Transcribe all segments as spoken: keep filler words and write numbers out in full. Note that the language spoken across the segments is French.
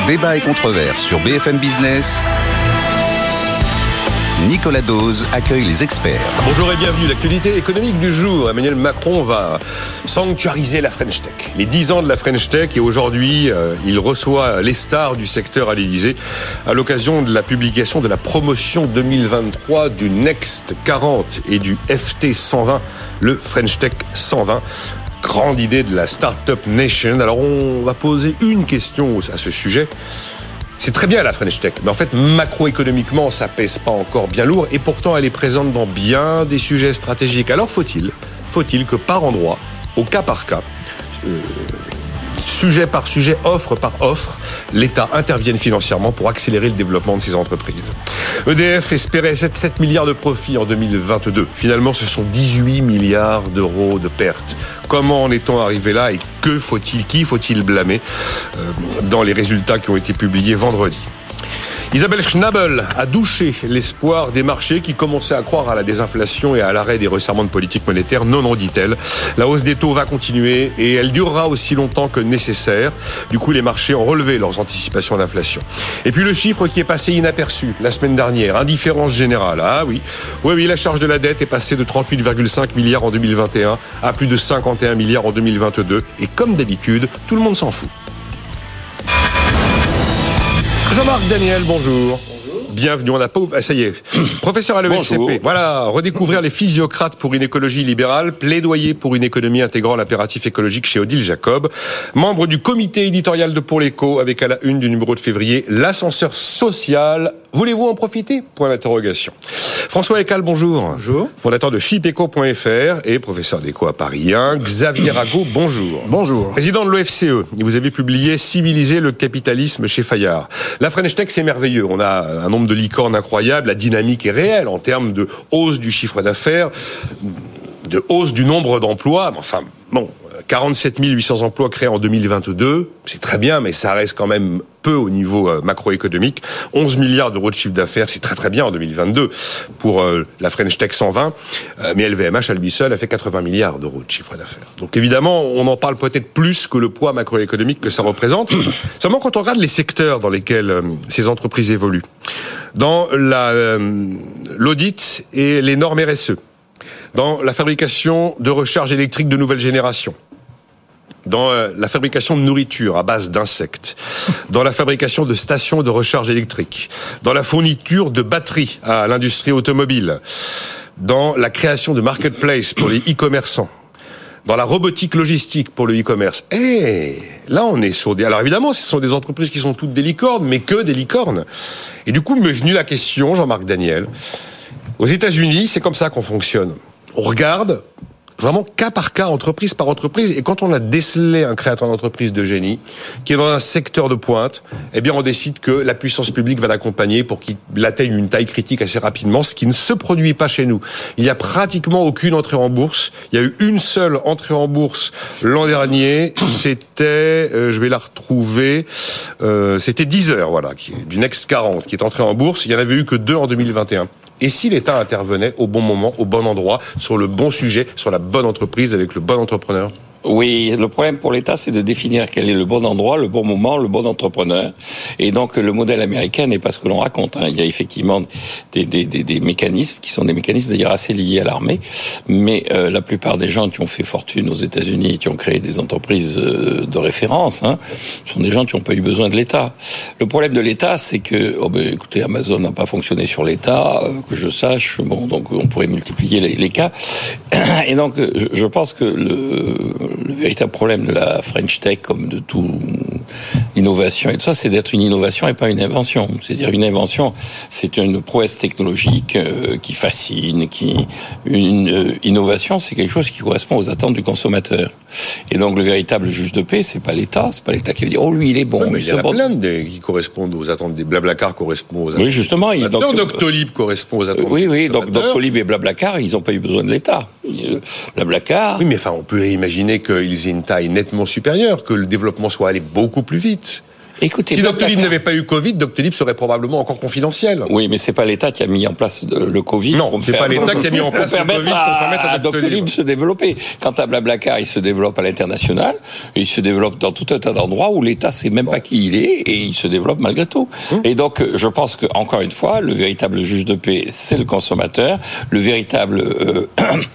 Débat et controverse sur B F M Business. Nicolas Dose accueille les experts. Bonjour et bienvenue. L'actualité économique du jour. Emmanuel Macron va sanctuariser la French Tech. Les dix ans de la French Tech, et aujourd'hui, euh, il reçoit les stars du secteur à l'Élysée à l'occasion de la publication de la promotion deux mille vingt-trois du Next quarante et du F T cent vingt, le French Tech cent vingt. Grande idée de la Startup Nation. Alors on va poser une question à ce sujet. C'est très bien la French Tech, mais en fait, macroéconomiquement, ça pèse pas encore bien lourd, et pourtant, elle est présente dans bien des sujets stratégiques. Alors, faut-il, faut-il que par endroit, au cas par cas, euh, sujet par sujet, offre par offre, l'État intervienne financièrement pour accélérer le développement de ces entreprises. E D F espérait sept milliards de profits en deux mille vingt-deux. Finalement, ce sont dix-huit milliards d'euros de pertes. Comment en est-on arrivé là et que faut-il, qui faut-il blâmer euh, dans les résultats qui ont été publiés vendredi? Isabelle Schnabel a douché l'espoir des marchés qui commençaient à croire à la désinflation et à l'arrêt des resserrements de politique monétaire. Non, non, dit-elle. La hausse des taux va continuer et elle durera aussi longtemps que nécessaire. Du coup, les marchés ont relevé leurs anticipations d'inflation. Et puis le chiffre qui est passé inaperçu la semaine dernière, indifférence générale. Ah oui, oui, oui, la charge de la dette est passée de trente-huit virgule cinq milliards en deux mille vingt et un à plus de cinquante et un milliards en deux mille vingt-deux. Et comme d'habitude, tout le monde s'en fout. Jean-Marc Daniel, bonjour. Bonjour. Bienvenue, on a pas... Ah, ça y est. Professeur à l'E S C P. Bonjour. Voilà, redécouvrir les physiocrates pour une écologie libérale, plaidoyer pour une économie intégrant l'impératif écologique chez Odile Jacob. Membre du comité éditorial de Pour l'Écho, avec à la une du numéro de février, l'ascenseur social. Voulez-vous en profiter? Point d'interrogation. François Ecal, bonjour. Bonjour. Fondateur de Fipeco point F R et professeur d'éco à Paris un. Xavier Rago, bonjour. Bonjour. Président de l'O F C E. Vous avez publié Civiliser le capitalisme chez Fayard. La French Tech, c'est merveilleux. On a un nombre de licornes incroyable. La dynamique est réelle en termes de hausse du chiffre d'affaires, de hausse du nombre d'emplois. Enfin, bon, quarante-sept mille huit cents emplois créés en deux mille vingt-deux. C'est très bien, mais ça reste quand même peu au niveau euh, macroéconomique. onze milliards d'euros de chiffre d'affaires, c'est très très bien en deux mille vingt-deux pour euh, la French Tech cent vingt. Euh, mais L V M H, à lui seul, a fait quatre-vingts milliards d'euros de chiffre d'affaires. Donc évidemment, on en parle peut-être plus que le poids macroéconomique que ça représente. Seulement quand on regarde les secteurs dans lesquels euh, ces entreprises évoluent, dans la, euh, l'audit et les normes R S E, dans la fabrication de recharge électrique de nouvelle génération, dans la fabrication de nourriture à base d'insectes, dans la fabrication de stations de recharge électrique, dans la fourniture de batteries à l'industrie automobile, dans la création de marketplace pour les e-commerçants, dans la robotique logistique pour le e-commerce. Et là, on est sur des... Alors évidemment, ce sont des entreprises qui sont toutes des licornes, mais que des licornes. Et du coup, m'est venue la question, Jean-Marc Daniel, aux États-Unis, c'est comme ça qu'on fonctionne. On regarde vraiment cas par cas, entreprise par entreprise, et quand on a décelé un créateur d'entreprise de génie, qui est dans un secteur de pointe, eh bien on décide que la puissance publique va l'accompagner pour qu'il atteigne une taille critique assez rapidement, ce qui ne se produit pas chez nous. Il n'y a pratiquement aucune entrée en bourse. Il y a eu une seule entrée en bourse l'an dernier, c'était, euh, je vais la retrouver, euh, c'était Deezer, voilà, qui est du Next quarante, qui est entré en bourse. Il n'y en avait eu que deux en deux mille vingt et un. Et si l'État intervenait au bon moment, au bon endroit, sur le bon sujet, sur la bonne entreprise, avec le bon entrepreneur? Oui, le problème pour l'État, c'est de définir quel est le bon endroit, le bon moment, le bon entrepreneur. Et donc, le modèle américain n'est pas ce que l'on raconte. Hein. Il y a effectivement des, des, des, des mécanismes qui sont des mécanismes d'ailleurs assez liés à l'armée. Mais euh, la plupart des gens qui ont fait fortune aux États-Unis, qui ont créé des entreprises euh, de référence, hein, sont des gens qui n'ont pas eu besoin de l'État. Le problème de l'État, c'est que, oh ben, écoutez, Amazon n'a pas fonctionné sur l'État, euh, que je sache. Bon, donc on pourrait multiplier les, les cas. Et donc, je, je pense que le Le véritable problème de la French Tech, comme de toute innovation et tout ça, c'est d'être une innovation et pas une invention. C'est-à-dire une invention, c'est une prouesse technologique euh, qui fascine, qui une euh, innovation, c'est quelque chose qui correspond aux attentes du consommateur. Et donc le véritable juge de paix, c'est pas l'État, c'est pas l'État qui va dire oh lui il est bon. Ouais, mais il y en a bon. plein de, qui correspondent aux attentes des Blablacar correspondent aux attentes. Oui justement. Il, donc, donc Doctolib correspond aux attentes. Oui oui donc Doctolib et Blablacar ils n'ont pas eu besoin de l'État. Blablacar. Oui mais enfin on peut imaginer qu'ils aient une taille nettement supérieure, que le développement soit allé beaucoup plus vite. Écoutez, si Doctolib n'avait pas eu Covid, Doctolib serait probablement encore confidentiel. Oui, mais c'est pas l'État qui a mis en place le Covid. Non, c'est pas l'État qui a mis en place le Covid pour permettre à Doctolib de se développer. Quant à Blablacar, il se développe à l'international, et il se développe dans tout un tas d'endroits où l'État sait même bon. pas qui il est, et il se développe malgré tout. Hum. Et donc, je pense que, encore une fois, le véritable juge de paix, c'est le consommateur. Le véritable euh,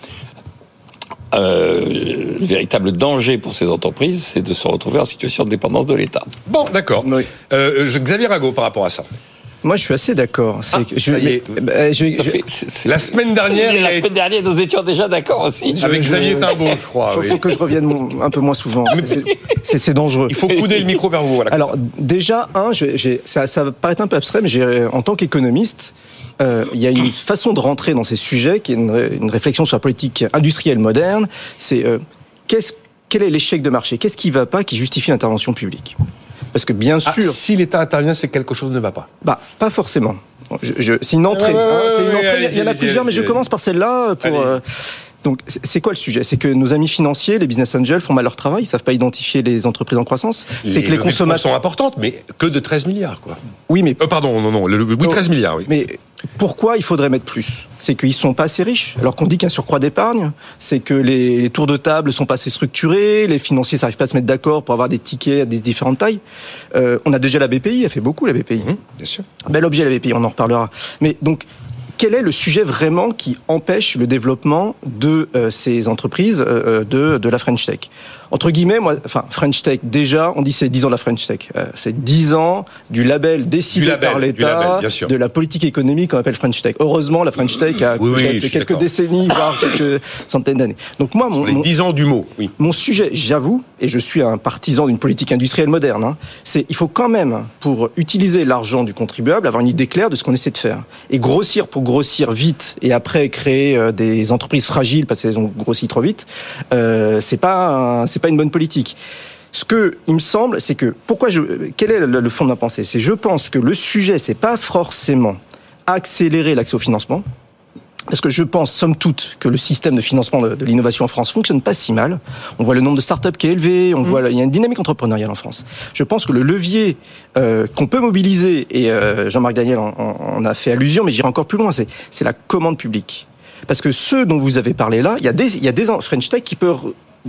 Euh, le véritable danger pour ces entreprises, c'est de se retrouver en situation de dépendance de l'État. Bon, d'accord. Oui. Euh, Xavier Rago, par rapport à ça. Moi, je suis assez d'accord. C'est ah, que je, mais, bah, je, je, fait, c'est, c'est... La semaine dernière, la semaine dernière, nous étions déjà d'accord aussi. Je, Avec je, Xavier Timbaud, je crois. Il faut, oui. faut que je revienne un peu moins souvent. C'est, c'est, c'est dangereux. Il faut couder le micro vers vous. Voilà, alors, déjà, un, je, j'ai, ça, ça va paraître un peu abstrait, mais j'ai, en tant qu'économiste, euh, il y a une façon de rentrer dans ces sujets qui est une, une réflexion sur la politique industrielle moderne. C'est euh, qu'est-ce, quel est l'échec de marché ? Qu'est-ce qui ne va pas qui justifie l'intervention publique ? Parce que bien sûr, ah, si l'État intervient, c'est que quelque chose ne va pas. Bah, pas forcément. Je, je, c'est une entrée. Ouais, hein, c'est une entrée. Ouais, il y en a plusieurs, mais je commence par celle-là. Pour, euh, donc, c'est quoi le sujet ? C'est que nos amis financiers, les business angels, font mal leur travail. Ils savent pas identifier les entreprises en croissance. Les, c'est que les consommateurs sont importantes, mais que de treize milliards, quoi. Oui, mais euh, pardon, non, non, le, oui, treize milliards, oui. Mais pourquoi il faudrait mettre plus ? C'est qu'ils sont pas assez riches. Alors qu'on dit qu'il y a un surcroît d'épargne, c'est que les, les tours de table sont pas assez structurés, les financiers n'arrivent pas à se mettre d'accord pour avoir des tickets à des différentes tailles. Euh, on a déjà la B P I, elle fait beaucoup la B P I. Mmh, bien sûr. Bel objet la B P I, on en reparlera. Mais donc, quel est le sujet vraiment qui empêche le développement de euh, ces entreprises euh, de, de la French Tech ? Entre guillemets, moi, enfin, French Tech, déjà, on dit c'est dix ans de la French Tech. Euh, c'est dix ans du label décidé du label, par l'État, label, de la politique économique qu'on appelle French Tech. Heureusement, la French Tech a oui, oui, quelques décennies, voire quelques centaines d'années. Donc moi, mon, les mon, dix ans du mot, oui. Mon sujet, j'avoue, et je suis un partisan d'une politique industrielle moderne, hein, c'est il faut quand même, pour utiliser l'argent du contribuable, avoir une idée claire de ce qu'on essaie de faire. Et grossir pour grossir vite, et après créer euh, des entreprises fragiles parce qu'elles ont grossi trop vite, euh, c'est pas un, c'est pas une bonne politique. Ce que il me semble, c'est que pourquoi je, quel est le, le fond de ma pensée ? C'est je pense que le sujet, c'est pas forcément accélérer l'accès au financement, parce que je pense, somme toute, que le système de financement de, de l'innovation en France fonctionne pas si mal. On voit le nombre de startups qui est élevé, on mmh. voit il y a une dynamique entrepreneuriale en France. Je pense que le levier euh, qu'on peut mobiliser, et euh, Jean-Marc Daniel en, en, en a fait allusion, mais j'irai encore plus loin, c'est, c'est la commande publique. Parce que ceux dont vous avez parlé là, il y a des, il y a des French Tech qui peuvent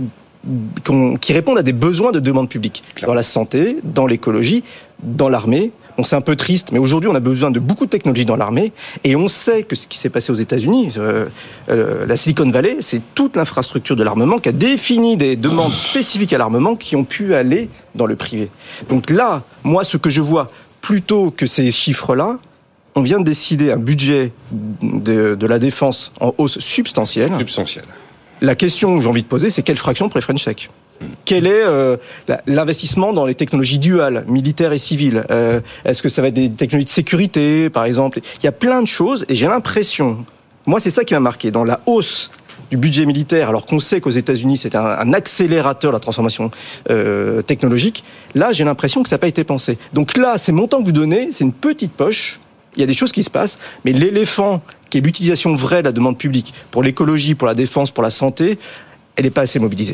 qui répondent à des besoins de demande publique. Clairement. Dans la santé, dans l'écologie, dans l'armée. Bon, c'est un peu triste, mais aujourd'hui, on a besoin de beaucoup de technologies dans l'armée. Et on sait que ce qui s'est passé aux États-Unis, euh, euh, la Silicon Valley, c'est toute l'infrastructure de l'armement qui a défini des demandes spécifiques à l'armement qui ont pu aller dans le privé. Donc là, moi, ce que je vois, plutôt que ces chiffres-là, on vient de décider un budget de, de la défense en hausse substantielle. Substantielle. La question que j'ai envie de poser, c'est quelle fraction pour les French Tech ? Quel est euh, l'investissement dans les technologies duales, militaires et civiles ? euh, Est-ce que ça va être des technologies de sécurité, par exemple ? Il y a plein de choses, et j'ai l'impression, moi c'est ça qui m'a marqué, dans la hausse du budget militaire, alors qu'on sait qu'aux États-Unis c'est un, un accélérateur de la transformation euh, technologique, là j'ai l'impression que ça n'a pas été pensé. Donc là, ces montants que vous donnez, c'est une petite poche, il y a des choses qui se passent, mais l'éléphant qui est l'utilisation vraie de la demande publique pour l'écologie, pour la défense, pour la santé, elle n'est pas assez mobilisée.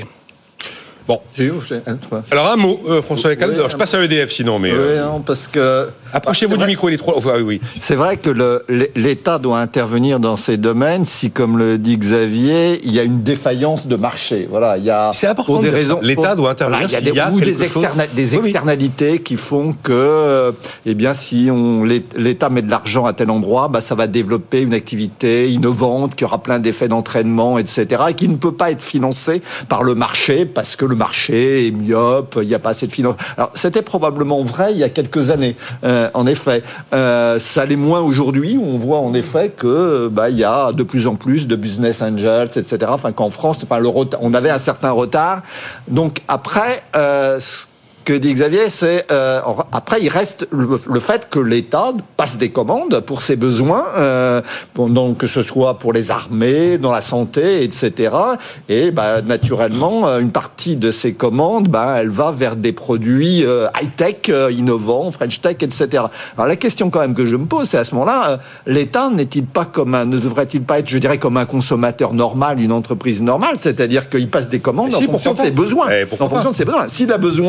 Bon. Alors un mot, euh, François Lecalde. Oui, je passe à E D F sinon, mais. Oui, euh... non, parce que. Approchez-vous ah, du vrai... micro, il est trop. Enfin, oui, oui. C'est vrai que le, l'État doit intervenir dans ces domaines si, comme le dit Xavier, il y a une défaillance de marché. Voilà, il y a. C'est important. Pour des raisons. L'État pour... doit intervenir. Voilà, il y a des, y a ou des, externa... chose... des externalités oui, oui. qui font que, eh bien, si on l'État met de l'argent à tel endroit, bah, ça va développer une activité innovante qui aura plein d'effets d'entraînement, et cetera, et qui ne peut pas être financée par le marché parce que le marché est myope, il n'y a pas assez de finances. Alors, c'était probablement vrai il y a quelques années, euh, en effet. Euh, ça l'est moins aujourd'hui, où on voit en effet que bah, il y a de plus en plus de business angels, et cetera. Enfin, qu'en France, enfin, le retard, on avait un certain retard. Donc, après, euh, que dit Xavier, c'est euh, après il reste le, le fait que l'État passe des commandes pour ses besoins, euh, pour, donc que ce soit pour les armées, dans la santé, et cetera. Et bah, naturellement, une partie de ces commandes, bah, elle va vers des produits euh, high-tech, euh, innovants, French Tech, et cetera. Alors la question quand même que je me pose, c'est à ce moment-là, euh, l'État n'est-il pas comme un, ne devrait-il pas être, je dirais, comme un consommateur normal, une entreprise normale, c'est-à-dire qu'il passe des commandes si, en fonction de ses besoins, eh, en fonction de ses besoins. S'il a besoin de French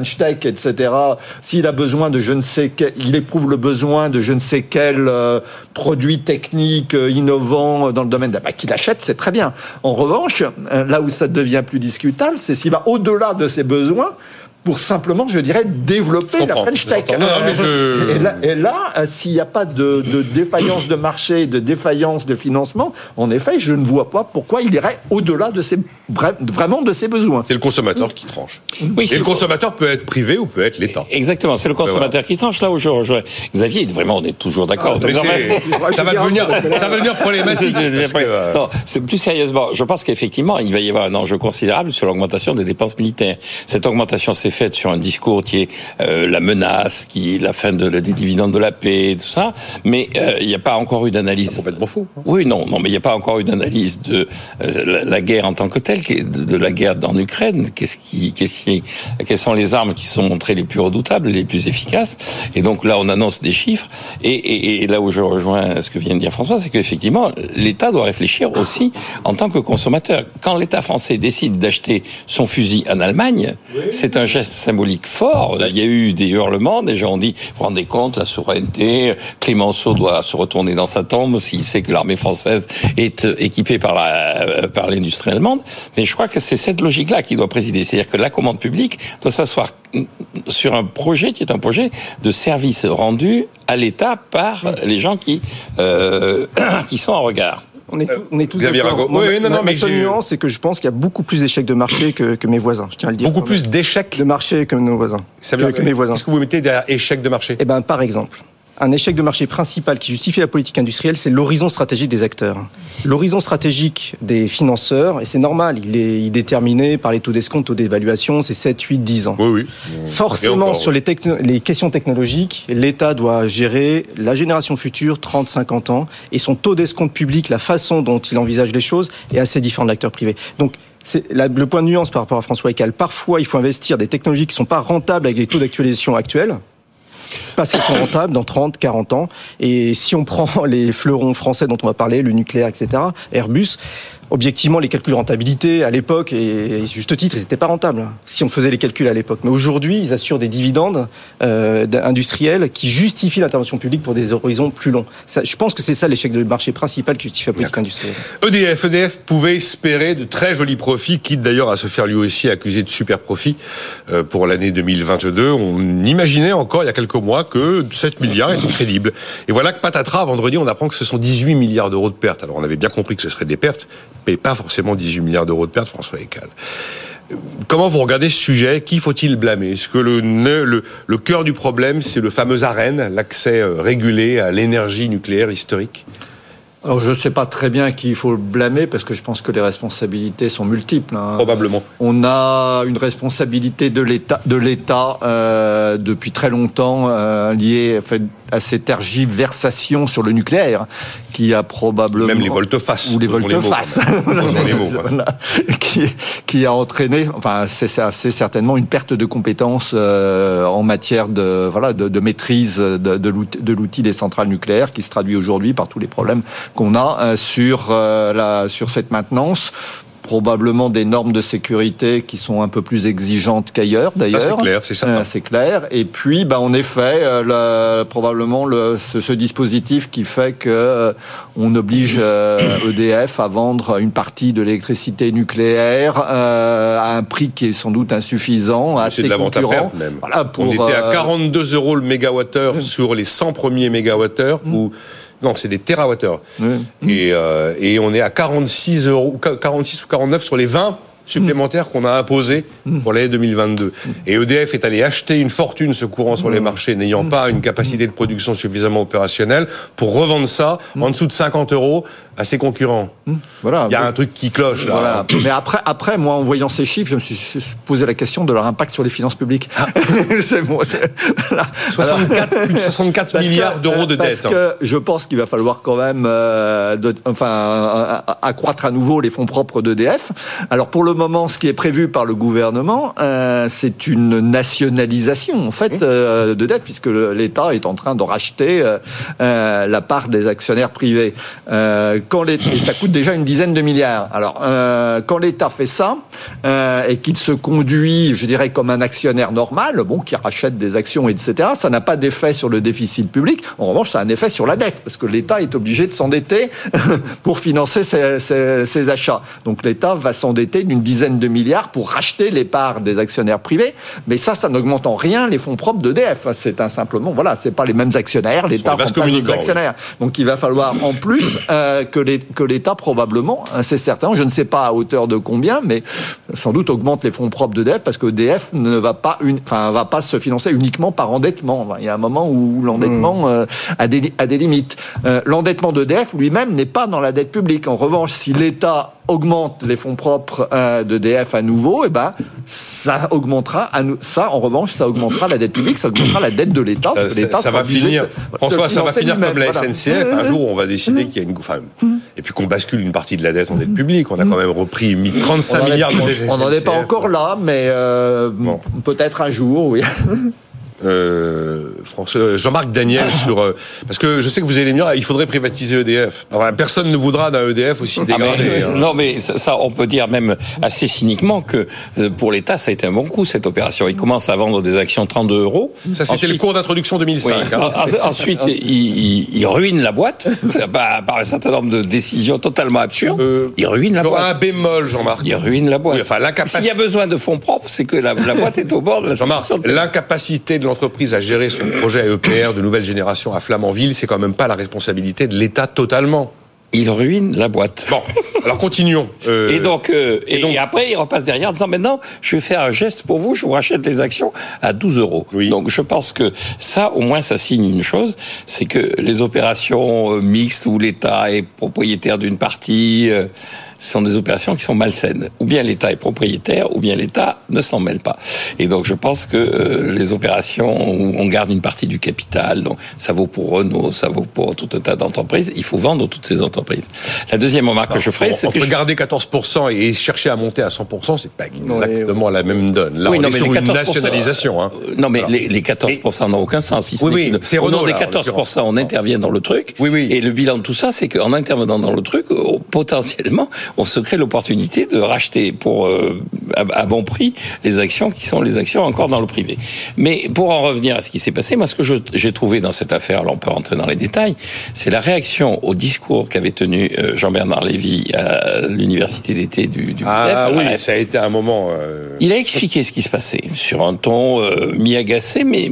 French Tech, et cetera, s'il a besoin de je ne sais quel, il éprouve le besoin de je ne sais quel euh, produit technique euh, innovant dans le domaine de, bah, qu'il achète, c'est très bien. En revanche, euh, là où ça devient plus discutable, c'est s'il va au-delà de ses besoins pour simplement, je dirais, développer je la French Tech. Non, non, mais je... Et là, et là euh, s'il n'y a pas de, de défaillance de marché, de défaillance de financement, en effet, je ne vois pas pourquoi il irait au-delà de ses, vraiment de ses besoins. C'est le consommateur qui tranche. Oui, et le consommateur peut être privé ou peut être l'État. Exactement, c'est le consommateur voilà. qui tranche. Là où je rejoins Xavier, vraiment, on est toujours d'accord. Ah, ça, va devenir, ça va devenir problématique. parce que, euh... Non, c'est plus sérieusement. Je pense qu'effectivement, il va y avoir un enjeu considérable sur l'augmentation des dépenses militaires. Cette augmentation s'est faite sur un discours qui est euh, la menace, qui est la fin de, des dividendes de la paix, tout ça. Mais euh, il n'y a pas encore eu d'analyse. C'est complètement faux. Hein. Oui, non, non, mais il n'y a pas encore eu d'analyse de euh, la, la guerre en tant que telle, de, de la guerre en Ukraine. Qu'est-ce qui, qu'est-ce qui, quelles sont les armes qui sont montrées les plus redoutables, les plus efficaces. Et donc là, on annonce des chiffres. Et, et, et là où je rejoins ce que vient de dire François, c'est qu'effectivement, l'État doit réfléchir aussi en tant que consommateur. Quand l'État français décide d'acheter son fusil en Allemagne, oui. c'est un geste symbolique fort. Il y a eu des hurlements. Des gens ont dit, vous vous rendez compte, la souveraineté, Clémenceau doit se retourner dans sa tombe s'il sait que l'armée française est équipée par la, par l'industrie allemande. Mais je crois que c'est cette logique-là qui doit présider. C'est-à-dire que la commande publique doit s'asseoir sur un projet qui est un projet de service rendu à l'État par les gens qui, euh, qui sont en regard. On est, tout, on est tous Xavier d'accord. Moi, oui, non, non, ma, mais ma seule nuance, c'est que je pense qu'il y a beaucoup plus d'échecs de marché que, que mes voisins. Je tiens à le dire. Beaucoup plus d'échecs de marché que nos voisins. Ça que, que mes voisins. Qu'est-ce que vous mettez derrière échec de marché ? Eh ben, par exemple, un échec de marché principal qui justifie la politique industrielle, c'est l'horizon stratégique des acteurs. L'horizon stratégique des financeurs, et c'est normal, il est, il est déterminé par les taux d'escompte, taux d'évaluation, c'est sept, huit, dix ans. Oui, oui. Forcément, encore, sur les, techno- les questions technologiques, l'État doit gérer la génération future, trente, cinquante ans, et son taux d'escompte public, la façon dont il envisage les choses, est assez différent de l'acteur privé. Donc, c'est la, le point de nuance par rapport à François Ecal. Parfois, il faut investir des technologies qui ne sont pas rentables avec les taux d'actualisation actuels, parce qu'elles sont rentables dans trente, quarante ans. Et si on prend les fleurons français dont on va parler, le nucléaire, et cetera, Airbus, objectivement, les calculs de rentabilité, à l'époque, et à juste titre, ils n'étaient pas rentables, si on faisait les calculs à l'époque. Mais aujourd'hui, ils assurent des dividendes euh, industriels qui justifient l'intervention publique pour des horizons plus longs. Ça, je pense que c'est ça l'échec de marché principal qui justifie la politique industrielle. E D F, E D F pouvait espérer de très jolis profits, quitte d'ailleurs à se faire lui aussi accuser de super profits euh, pour l'année deux mille vingt-deux. On imaginait encore, il y a quelques mois, que sept milliards étaient crédibles. Et voilà que patatras, vendredi, on apprend que ce sont dix-huit milliards d'euros de pertes. Alors on avait bien compris que ce seraient des pertes, mais pas forcément dix-huit milliards d'euros de pertes, François Ecal. Comment vous regardez ce sujet ? Qui faut-il blâmer ? Est-ce que le, le, le cœur du problème, c'est le fameux ARENH, l'accès régulé à l'énergie nucléaire historique ? Alors, je ne sais pas très bien qui il faut le blâmer, parce que je pense que les responsabilités sont multiples. Hein. Probablement. On a une responsabilité de l'État, de l'État euh, depuis très longtemps euh, liée en fait, à ces tergiversations sur le nucléaire, qui a probablement... Même les volte-face. Ou les volte-face. Les mots, voilà. qui, qui a entraîné... Enfin, c'est, c'est certainement une perte de compétences euh, en matière de, voilà, de, de maîtrise de, de, l'outil, de l'outil des centrales nucléaires, qui se traduit aujourd'hui par tous les problèmes qu'on a euh, sur, euh, la, sur cette maintenance. Probablement des normes de sécurité qui sont un peu plus exigeantes qu'ailleurs, d'ailleurs. Ça, c'est clair, c'est certain. Euh, c'est clair. Et puis, bah, en effet, euh, le, probablement le, ce, ce dispositif qui fait que euh, on oblige euh, E D F à vendre une partie de l'électricité nucléaire euh, à un prix qui est sans doute insuffisant, assez c'est de la vente à perte, même. Voilà, pour, on était à quarante-deux euros le mégawattheure euh, sur les cent premiers mégawattheures, mmh. où non, c'est des térawattheures. Oui. Et, euh, et on est à quarante-six euros, quarante-six ou quarante-neuf sur les vingt supplémentaires qu'on a imposés pour l'année deux mille vingt-deux. Et E D F est allé acheter une fortune se courant sur les marchés, n'ayant pas une capacité de production suffisamment opérationnelle, pour revendre ça en dessous de cinquante euros à ses concurrents. Voilà. Il y a un truc qui cloche, là. Voilà. Mais après, après, moi, en voyant ces chiffres, je me suis posé la question de leur impact sur les finances publiques. Ah. c'est bon, c'est... Voilà. soixante-quatre, plus de soixante-quatre parce milliards que, d'euros de parce dette. Parce que je pense qu'il va falloir quand même, euh, de, enfin, accroître à nouveau les fonds propres d'E D F. Alors, pour le moment, ce qui est prévu par le gouvernement, euh, c'est une nationalisation en fait euh, de dette, puisque l'État est en train de racheter euh, euh, la part des actionnaires privés. Euh, quand les, et ça coûte déjà une dizaine de milliards. Alors, euh, quand l'État fait ça euh, et qu'il se conduit, je dirais, comme un actionnaire normal, bon, qui rachète des actions, et cetera, ça n'a pas d'effet sur le déficit public. En revanche, ça a un effet sur la dette, parce que l'État est obligé de s'endetter pour financer ses, ses, ses achats. Donc, l'État va s'endetter d'une dizaine de milliards pour racheter les parts des actionnaires privés. Mais ça, ça n'augmente en rien les fonds propres d'E D F. C'est un simplement, voilà, c'est pas les mêmes actionnaires. L'État remplace les actionnaires. Oui. Donc, il va falloir en plus euh, que, les, que l'État probablement, c'est certain, je ne sais pas à hauteur de combien, mais sans doute augmente les fonds propres d'E D F, parce que E D F ne va pas, une, enfin, va pas se financer uniquement par endettement. Il y a un moment où l'endettement euh, a, des, a des limites. Euh, l'endettement d'E D F lui-même n'est pas dans la dette publique. En revanche, si l'État augmente les fonds propres euh, d'E D F à nouveau, et eh ben ça augmentera. À nou- ça, en revanche, ça augmentera la dette publique, ça augmentera la dette de l'État. Ça, parce que l'État ça va finir. De, François, ça va finir lui-même, comme la voilà. S N C F. Un jour, on va décider qu'il y a une, enfin, et puis qu'on bascule une partie de la dette en dette publique. On a quand même repris trente-cinq milliards de dette. On n'en est pas encore là, mais euh, bon. peut-être un jour, oui. Euh, François, Jean-Marc Daniel sur euh, parce que je sais que vous allez me dire il faudrait privatiser E D F. Alors, personne ne voudra d'un E D F aussi dégradé. Ah mais, hein. Non mais ça, ça, on peut dire même assez cyniquement que euh, pour l'État ça a été un bon coup cette opération. Il commence à vendre des actions trente-deux euros. Ça c'était ensuite, le cours d'introduction deux mille cinq. Oui. Hein. Ensuite il, il, il ruine la boîte par, par un certain nombre de décisions totalement absurdes. Euh, il ruine la boîte. J'aurais un bémol, Jean-Marc. Il ruine la boîte. Oui, enfin, l'incapacité... S'il y a besoin de fonds propres, c'est que la, la boîte est au bord de la situation. De... L'incapacité de l'entreprise à gérer son projet E P R de nouvelle génération à Flamanville, c'est quand même pas la responsabilité de l'État totalement. Il ruine la boîte. Bon, alors continuons. Euh, et donc, euh, et, et donc, après, il repasse derrière en disant maintenant, je vais faire un geste pour vous, je vous rachète les actions à douze euros. Oui. Donc, je pense que ça, au moins, ça signe une chose, c'est que les opérations mixtes où l'État est propriétaire d'une partie, euh, ce sont des opérations qui sont malsaines. Ou bien l'État est propriétaire, ou bien l'État ne s'en mêle pas. Et donc, je pense que euh, les opérations où on garde une partie du capital, donc ça vaut pour Renault, ça vaut pour tout un tas d'entreprises, il faut vendre toutes ces entreprises. La deuxième remarque non, que je ferai, c'est que... Entre garder quatorze pour cent et chercher à monter à cent pour cent, c'est pas exactement oui, la même donne. Là, oui, on non, est mais sur les une nationalisation. Hein. Non, mais les, les quatorze pour cent n'ont aucun sens. Si ce oui, n'est oui, c'est Renault, au nom des là, quatorze pour cent, on intervient dans le truc. Oui, oui. Et le bilan de tout ça, c'est qu'en intervenant dans le truc, potentiellement, on se crée l'opportunité de racheter pour euh, à, à bon prix les actions qui sont les actions encore dans le privé. Mais pour en revenir à ce qui s'est passé, moi ce que je, j'ai trouvé dans cette affaire, là on peut rentrer dans les détails, c'est la réaction au discours qu'avait tenu euh, Jean-Bernard Lévy à l'université d'été du, du Ah B F, oui, ça a été un moment... Euh... Il a expliqué ce qui se passait sur un ton euh, mi-agacé, mais...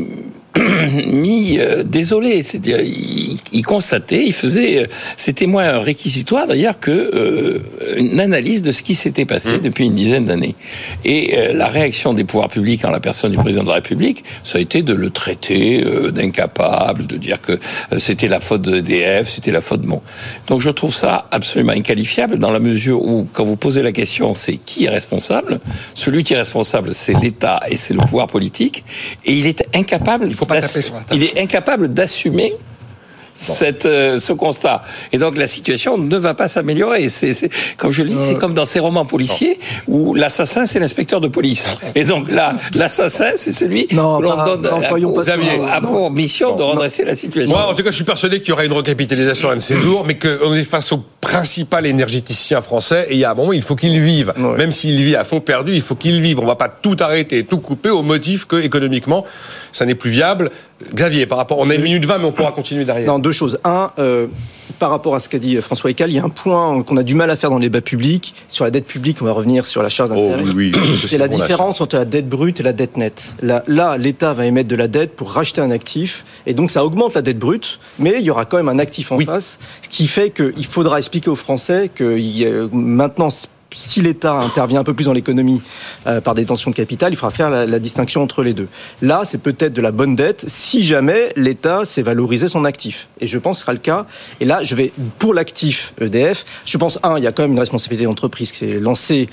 mis euh, désolé, c'est-à-dire il, il constatait, il faisait, euh, c'était moins réquisitoire d'ailleurs que euh, une analyse de ce qui s'était passé mmh. depuis une dizaine d'années. Et euh, la réaction des pouvoirs publics en la personne du président de la République, ça a été de le traiter euh, d'incapable, de dire que euh, c'était la faute de E D F, c'était la faute de mon. Donc je trouve ça absolument inqualifiable dans la mesure où quand vous posez la question, c'est qui est responsable. Celui qui est responsable, c'est l'État et c'est le pouvoir politique, et il est incapable. Il faut pas taper sur la table. Il est incapable d'assumer Bon. Cette, euh, ce constat. Et donc la situation ne va pas s'améliorer. C'est, c'est, comme je le dis, euh... c'est comme dans ces romans policiers non. où l'assassin c'est l'inspecteur de police. Et donc là, l'assassin c'est celui non, que l'on pas, donne non, à, pour, à pour mission non, de redresser non. la situation. Moi, en tout cas, je suis persuadé qu'il y aura une recapitalisation un de ces jours, mais qu'on est face au principal énergéticien français. Et il y a un moment, il faut qu'il vive. Ouais. Même s'il vit à fond perdu, il faut qu'il vive. On ne va pas tout arrêter, tout couper au motif que économiquement, ça n'est plus viable. Xavier, par rapport, on a une minute vingt, mais on pourra continuer derrière. Non, deux choses. Un, euh, par rapport à ce qu'a dit François Ecal, il y a un point qu'on a du mal à faire dans les débats publics. Sur la dette publique, on va revenir sur la charge d'intérêt. Oh, oui, oui. C'est la différence entre la dette brute et la dette nette. Là, là, l'État va émettre de la dette pour racheter un actif, et donc ça augmente la dette brute, mais il y aura quand même un actif en oui. face, ce qui fait qu'il faudra expliquer aux Français que il y a, maintenant, si l'État intervient un peu plus dans l'économie euh, par des tensions de capital, il faudra faire la, la distinction entre les deux. Là, c'est peut-être de la bonne dette si jamais l'État sait valoriser son actif. Et je pense que ce sera le cas. Et là, je vais, pour l'actif E D F, je pense, un, il y a quand même une responsabilité d'entreprise qui est lancée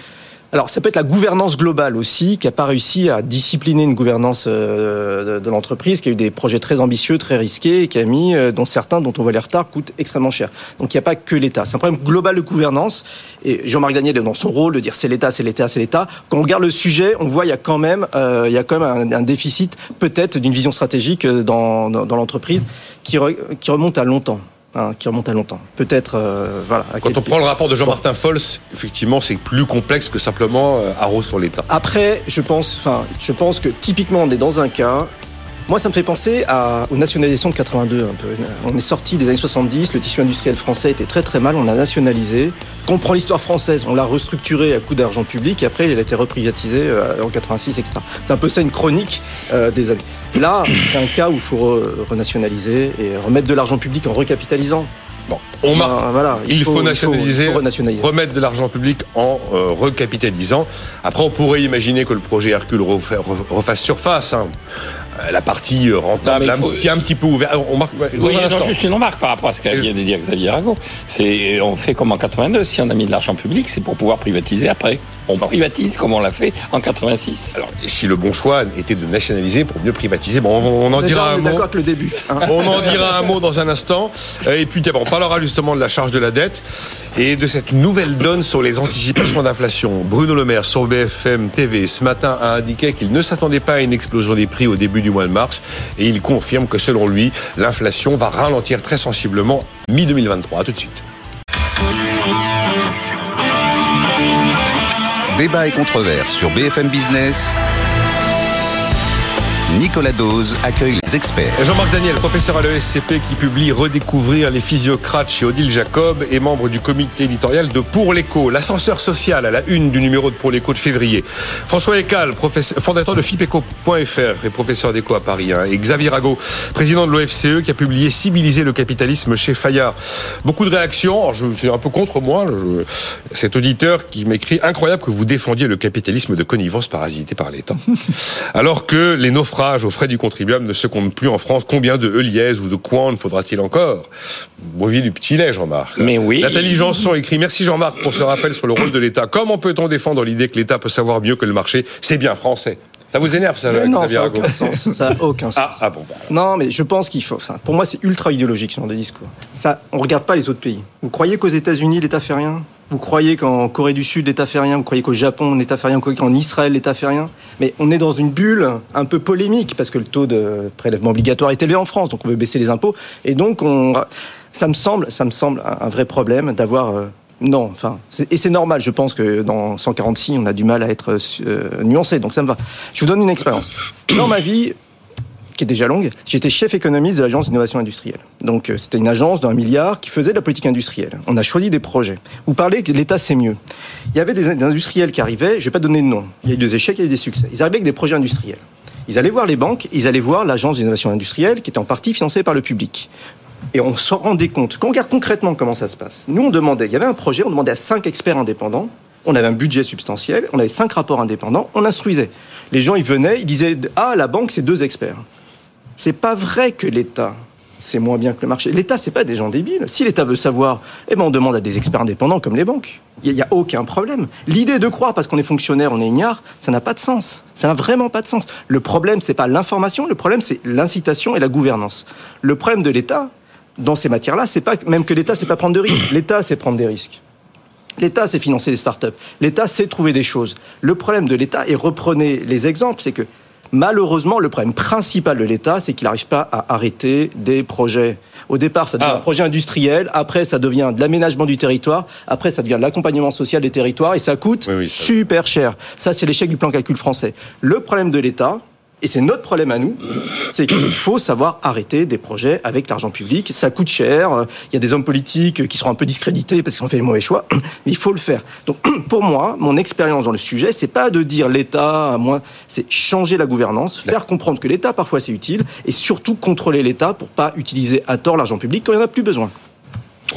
Alors, ça peut être la gouvernance globale aussi, qui n'a pas réussi à discipliner une gouvernance euh, de, de l'entreprise, qui a eu des projets très ambitieux, très risqués, et qui a mis, euh, dont certains, dont on voit les retards, coûtent extrêmement cher. Donc, il n'y a pas que l'État. C'est un problème global de gouvernance. Et Jean-Marc Daniel est dans son rôle de dire c'est l'État, c'est l'État, c'est l'État. Quand on regarde le sujet, on voit il y a quand même, euh, il y a quand même un, un déficit, peut-être, d'une vision stratégique dans, dans, dans l'entreprise qui, re, qui remonte à longtemps. Hein, qui remonte à longtemps. Peut-être, euh, voilà. Quand quelques... on prend le rapport de Jean-Martin Fols, effectivement, c'est plus complexe que simplement euh, haro sur l'État. Après, je pense, enfin, je pense que typiquement, on est dans un cas. Moi, ça me fait penser à, aux nationalisations de quatre-vingt-deux, un peu. On est sorti des années soixante-dix, le tissu industriel français était très très mal, on l'a nationalisé. Quand on prend l'histoire française, on l'a restructuré à coup d'argent public, et après, il a été reprivatisé en quatre-vingt-six, et cetera. C'est un peu ça une chronique euh, des années. Là, c'est un cas où il faut re- renationaliser et remettre de l'argent public en recapitalisant. Bon, on marque. Euh, voilà, il, il faut, faut nationaliser, il faut renationaliser, remettre de l'argent public en euh, recapitalisant. Après, on pourrait imaginer que le projet Hercule refasse, refasse surface. Hein. La partie rentable, non, faut... qui est un petit peu ouverte. On marque. Oui, non, juste une remarque par rapport à ce qu'a vient de dire Xavier Arago. C'est, on fait comme en quatre-vingt-deux. Si on a mis de l'argent public, c'est pour pouvoir privatiser après. On privatise comme on l'a fait en quatre-vingt-six. Alors, si le bon choix était de nationaliser pour mieux privatiser, bon, on, on en Déjà, dira on un est mot. D'accord avec le début. Hein. On en dira un mot dans un instant. Et puis, bon, on parlera justement de la charge de la dette et de cette nouvelle donne sur les anticipations d'inflation. Bruno Le Maire sur B F M T V ce matin a indiqué qu'il ne s'attendait pas à une explosion des prix au début du mois de mars. Et il confirme que selon lui, l'inflation va ralentir très sensiblement mi deux mille vingt-trois. À tout de suite. Débat et controverse sur B F M Business. Nicolas Dose accueille les experts. Jean-Marc Daniel, professeur à l'E S C P qui publie Redécouvrir les physiocrates chez Odile Jacob et membre du comité éditorial de Pour l'Écho. L'ascenseur social à la une du numéro de Pour l'Écho de février. François Ecal, fondateur de Fipeco point F R et professeur d'éco à Paris. Hein. Et Xavier Arago, président de l'O F C E qui a publié Civiliser le capitalisme chez Fayard. Beaucoup de réactions. Alors, je suis un peu contre moi. Je, cet auditeur qui m'écrit « Incroyable que vous défendiez le capitalisme de connivence parasité par l'État. » Alors que les naufrages aux frais du contribuable ne se comptent plus en France. Combien de Eliès ou de Quant faudra-t-il encore? Brevier du petit lait, Jean-Marc. Mais oui. Nathalie Janson écrit « Merci Jean-Marc pour ce rappel sur le rôle de l'État. Comment peut-on défendre l'idée que l'État peut savoir mieux que le marché? C'est bien français. » Ça vous énerve, ça, mais non, Xavier ça n'a Arago? aucun sens. Ça n'a aucun sens. Ah, ah bon, bah, non, mais je pense qu'il faut... Ça, pour moi, c'est ultra idéologique, ce genre de discours. Ça, on ne regarde pas les autres pays. Vous croyez qu'aux États-Unis, l'État fait rien? Vous croyez qu'en Corée du Sud, l'État fait rien? Vous croyez qu'au Japon, l'État fait rien? Vous croyez qu'en Israël, l'État fait rien? Mais on est dans une bulle un peu polémique, parce que le taux de prélèvement obligatoire est élevé en France, donc on veut baisser les impôts. Et donc, on... ça me semble, ça me semble un vrai problème d'avoir... Euh... Non, enfin, c'est, et c'est normal, je pense que dans cent quarante-six, on a du mal à être euh, nuancé, donc ça me va. Je vous donne une expérience. Dans ma vie, qui est déjà longue, j'étais chef économiste de l'agence d'innovation industrielle. Donc euh, c'était une agence d'un milliard qui faisait de la politique industrielle. On a choisi des projets. Vous parlez que l'État c'est mieux. Il y avait des, des industriels qui arrivaient, je vais pas donner de nom, il y a eu des échecs, il y a eu des succès. Ils arrivaient avec des projets industriels. Ils allaient voir les banques, ils allaient voir l'agence d'innovation industrielle qui était en partie financée par le public. Et on s'en rendait compte. Quand on regarde concrètement comment ça se passe, nous on demandait, il y avait un projet, on demandait à cinq experts indépendants, on avait un budget substantiel, on avait cinq rapports indépendants, on instruisait. Les gens ils venaient, ils disaient « Ah, la banque c'est deux experts ». C'est pas vrai que l'État, c'est moins bien que le marché. L'État, c'est pas des gens débiles. Si l'État veut savoir, eh ben on demande à des experts indépendants comme les banques. Il n'y a, a aucun problème. L'idée de croire parce qu'on est fonctionnaire, on est ignare, ça n'a pas de sens. Ça n'a vraiment pas de sens. Le problème, c'est pas l'information, le problème, c'est l'incitation et la gouvernance. Le problème de l'État, dans ces matières-là, c'est pas même que l'État, c'est pas prendre de risques. L'État, c'est prendre des risques. L'État, c'est financer des startups. L'État, c'est trouver des choses. Le problème de l'État, et reprenez les exemples, c'est que malheureusement, le problème principal de l'État, c'est qu'il n'arrive pas à arrêter des projets. Au départ, ça devient ah. un projet industriel. Après, ça devient de l'aménagement du territoire. Après, ça devient de l'accompagnement social des territoires. Et ça coûte oui, oui, ça... super cher. Ça, c'est l'échec du plan calcul français. Le problème de l'État, et c'est notre problème à nous, c'est qu'il faut savoir arrêter des projets avec l'argent public. Ça coûte cher. Il y a des hommes politiques qui seront un peu discrédités parce qu'ils ont fait les mauvais choix. Mais il faut le faire. Donc, pour moi, mon expérience dans le sujet, c'est pas de dire l'État, moi, c'est changer la gouvernance, faire comprendre que l'État, parfois, c'est utile, et surtout contrôler l'État pour pas utiliser à tort l'argent public quand il n'y en a plus besoin.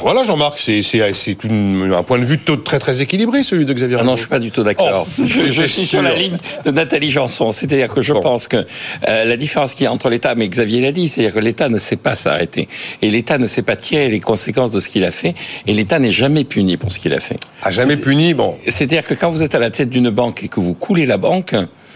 Voilà, Jean-Marc, c'est, c'est, c'est une, un point de vue très très équilibré, celui de Xavier ah Rago. Non, je suis pas du tout d'accord. Oh, je, je suis sûr. Sur la ligne de Nathalie Janson. C'est-à-dire que je bon. pense que euh, la différence qu'il y a entre l'État, mais Xavier l'a dit, c'est-à-dire que l'État ne sait pas s'arrêter. Et l'État ne sait pas tirer les conséquences de ce qu'il a fait. Et l'État n'est jamais puni pour ce qu'il a fait. Ah, jamais c'est, puni, bon. C'est-à-dire que quand vous êtes à la tête d'une banque et que vous coulez la banque,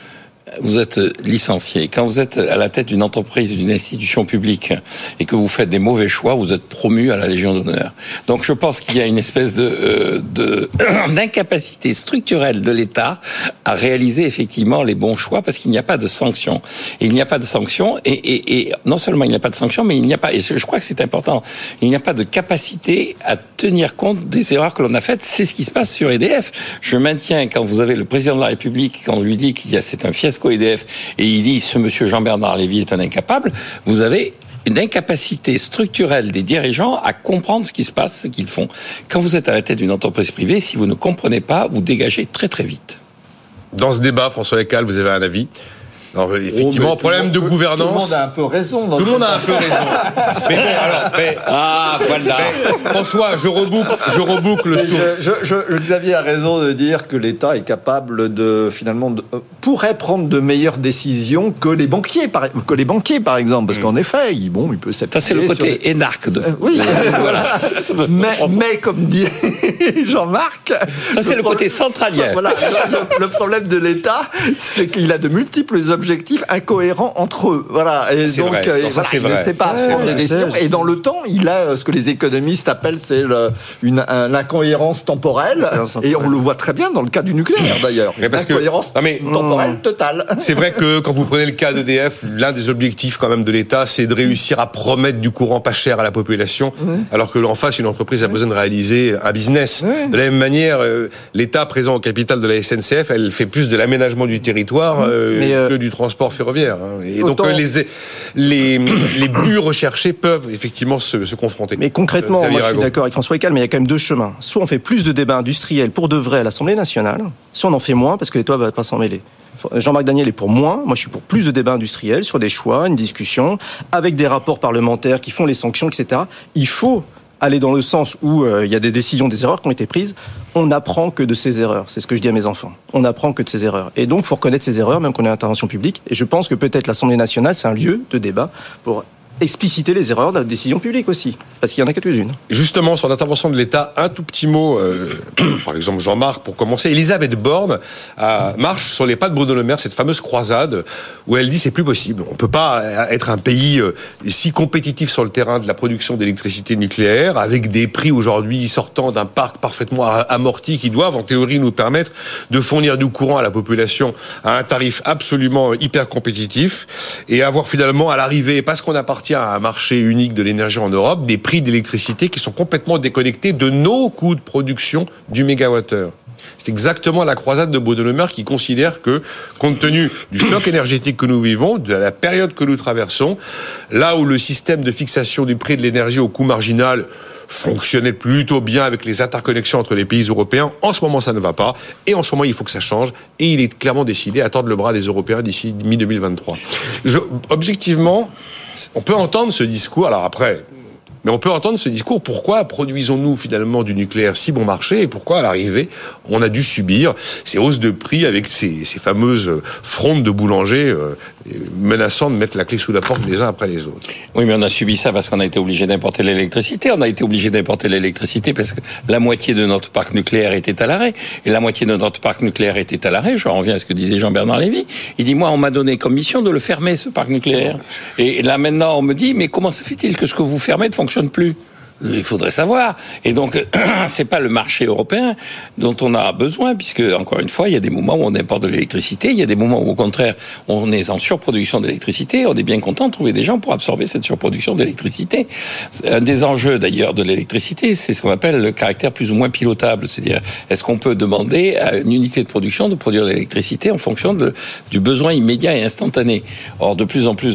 vous êtes licencié. Quand vous êtes à la tête d'une entreprise, d'une institution publique, et que vous faites des mauvais choix, vous êtes promu à la Légion d'honneur. Donc je pense qu'il y a une espèce de, euh, de d'incapacité structurelle de l'État à réaliser effectivement les bons choix, parce qu'il n'y a pas de sanction. Et il n'y a pas de sanction, et, et, et non seulement il n'y a pas de sanction, mais il n'y a pas, et je crois que c'est important, il n'y a pas de capacité à tenir compte des erreurs que l'on a faites. C'est ce qui se passe sur E D F. Je maintiens, quand vous avez le président de la République, quand on lui dit qu'il y a, c'est un fiasco E D F, et il dit ce monsieur Jean-Bernard Lévy est un incapable, vous avez une incapacité structurelle des dirigeants à comprendre ce qui se passe, ce qu'ils font. Quand vous êtes à la tête d'une entreprise privée, si vous ne comprenez pas, vous dégagez très très vite. Dans ce débat, François Lécal, vous avez un avis ? Alors, effectivement, oh, problème monde, de gouvernance. Tout le monde a un peu raison. Tout le monde a un peu raison. Mais bon, alors, mais, ah, voilà. Mais, François, je reboucle, je reboucle le sourd. Je, je, je, Xavier a raison de dire que l'État est capable de, finalement, de, pourrait prendre de meilleures décisions que les banquiers, par, que les banquiers, par exemple. Parce mmh. qu'en effet, il, bon, il peut s'appuyer. Ça, c'est le côté les... énarque de. Euh, oui, voilà. mais, mais, comme dit Jean-Marc. Ça, c'est le, le côté centralien. Voilà. le, le problème de l'État, c'est qu'il a de multiples objectifs. objectifs incohérents entre eux. Voilà. Et c'est donc, vrai. Et non, ça, voilà, c'est il vrai. ne sait pas prendre des décisions. Et dans le temps, il a ce que les économistes appellent c'est le, une, un, l'incohérence temporelle. Et on le voit très bien dans le cas du nucléaire, d'ailleurs. L'incohérence que, mais, temporelle mmh. totale. C'est vrai que quand vous prenez le cas d'E D F, l'un des objectifs quand même de l'État, c'est de réussir à promettre du courant pas cher à la population, mmh. alors que en face, une entreprise a besoin de réaliser un business. Mmh. De la même manière, l'État présent au capital de la S N C F, elle fait plus de l'aménagement du territoire euh, mais, euh, que du transport ferroviaire. Et autant... donc les, les, les buts recherchés peuvent effectivement se, se confronter. Mais concrètement, moi, je suis d'accord avec François Lécal, mais il y a quand même deux chemins. Soit on fait plus de débats industriels pour de vrai à l'Assemblée nationale, soit on en fait moins parce que l'État ne va pas s'en mêler. Jean-Marc Daniel est pour moins, moi je suis pour plus de débats industriels sur des choix, une discussion, avec des rapports parlementaires qui font les sanctions, et cetera. Il faut aller dans le sens où euh, il y a des décisions, des erreurs qui ont été prises. On n'apprend que de ces erreurs. C'est ce que je dis à mes enfants. On n'apprend que de ces erreurs. Et donc, il faut reconnaître ces erreurs, même qu'on est en intervention publique. Et je pense que peut-être l'Assemblée nationale, c'est un lieu de débat pour expliciter les erreurs de la décision publique aussi. Parce qu'il y en a quelques-unes. Justement, sur l'intervention de l'État, un tout petit mot, euh, par exemple Jean-Marc, pour commencer. Elisabeth Borne euh, marche sur les pas de Bruno Le Maire, cette fameuse croisade, où elle dit c'est plus possible. On ne peut pas être un pays euh, si compétitif sur le terrain de la production d'électricité nucléaire, avec des prix aujourd'hui sortant d'un parc parfaitement amorti, qui doivent en théorie nous permettre de fournir du courant à la population à un tarif absolument hyper compétitif, et avoir finalement à l'arrivée, parce qu'on appartient à un marché unique de l'énergie en Europe, des prix d'électricité qui sont complètement déconnectés de nos coûts de production du mégawattheure. C'est exactement la croisade de Bruno Le Maire qui considère que, compte tenu du choc énergétique que nous vivons, de la période que nous traversons, là où le système de fixation du prix de l'énergie au coût marginal fonctionnait plutôt bien avec les interconnexions entre les pays européens, en ce moment ça ne va pas, et en ce moment il faut que ça change, et il est clairement décidé à tordre le bras des Européens d'ici mi deux mille vingt-trois. Je, objectivement, on peut entendre ce discours, alors après... Mais on peut entendre ce discours, pourquoi produisons-nous finalement du nucléaire si bon marché, et pourquoi à l'arrivée on a dû subir ces hausses de prix avec ces, ces fameuses frondes de boulangers euh, menaçant de mettre la clé sous la porte les uns après les autres. Oui, mais on a subi ça parce qu'on a été obligé d'importer l'électricité. On a été obligé d'importer l'électricité parce que la moitié de notre parc nucléaire était à l'arrêt. Et la moitié de notre parc nucléaire était à l'arrêt. Je reviens à ce que disait Jean-Bernard Lévy. Il dit, moi, on m'a donné comme mission de le fermer, ce parc nucléaire. Et là, maintenant, on me dit, mais comment se fait-il que ce que vous fermez ne fonctionne plus ? Il faudrait savoir. Et donc, c'est pas le marché européen dont on a besoin, puisque, encore une fois, il y a des moments où on importe de l'électricité, il y a des moments où, au contraire, on est en surproduction d'électricité, on est bien content de trouver des gens pour absorber cette surproduction d'électricité. Un des enjeux, d'ailleurs, de l'électricité, c'est ce qu'on appelle le caractère plus ou moins pilotable. C'est-à-dire, est-ce qu'on peut demander à une unité de production de produire de l'électricité en fonction de, du besoin immédiat et instantané ? Or, de plus en plus de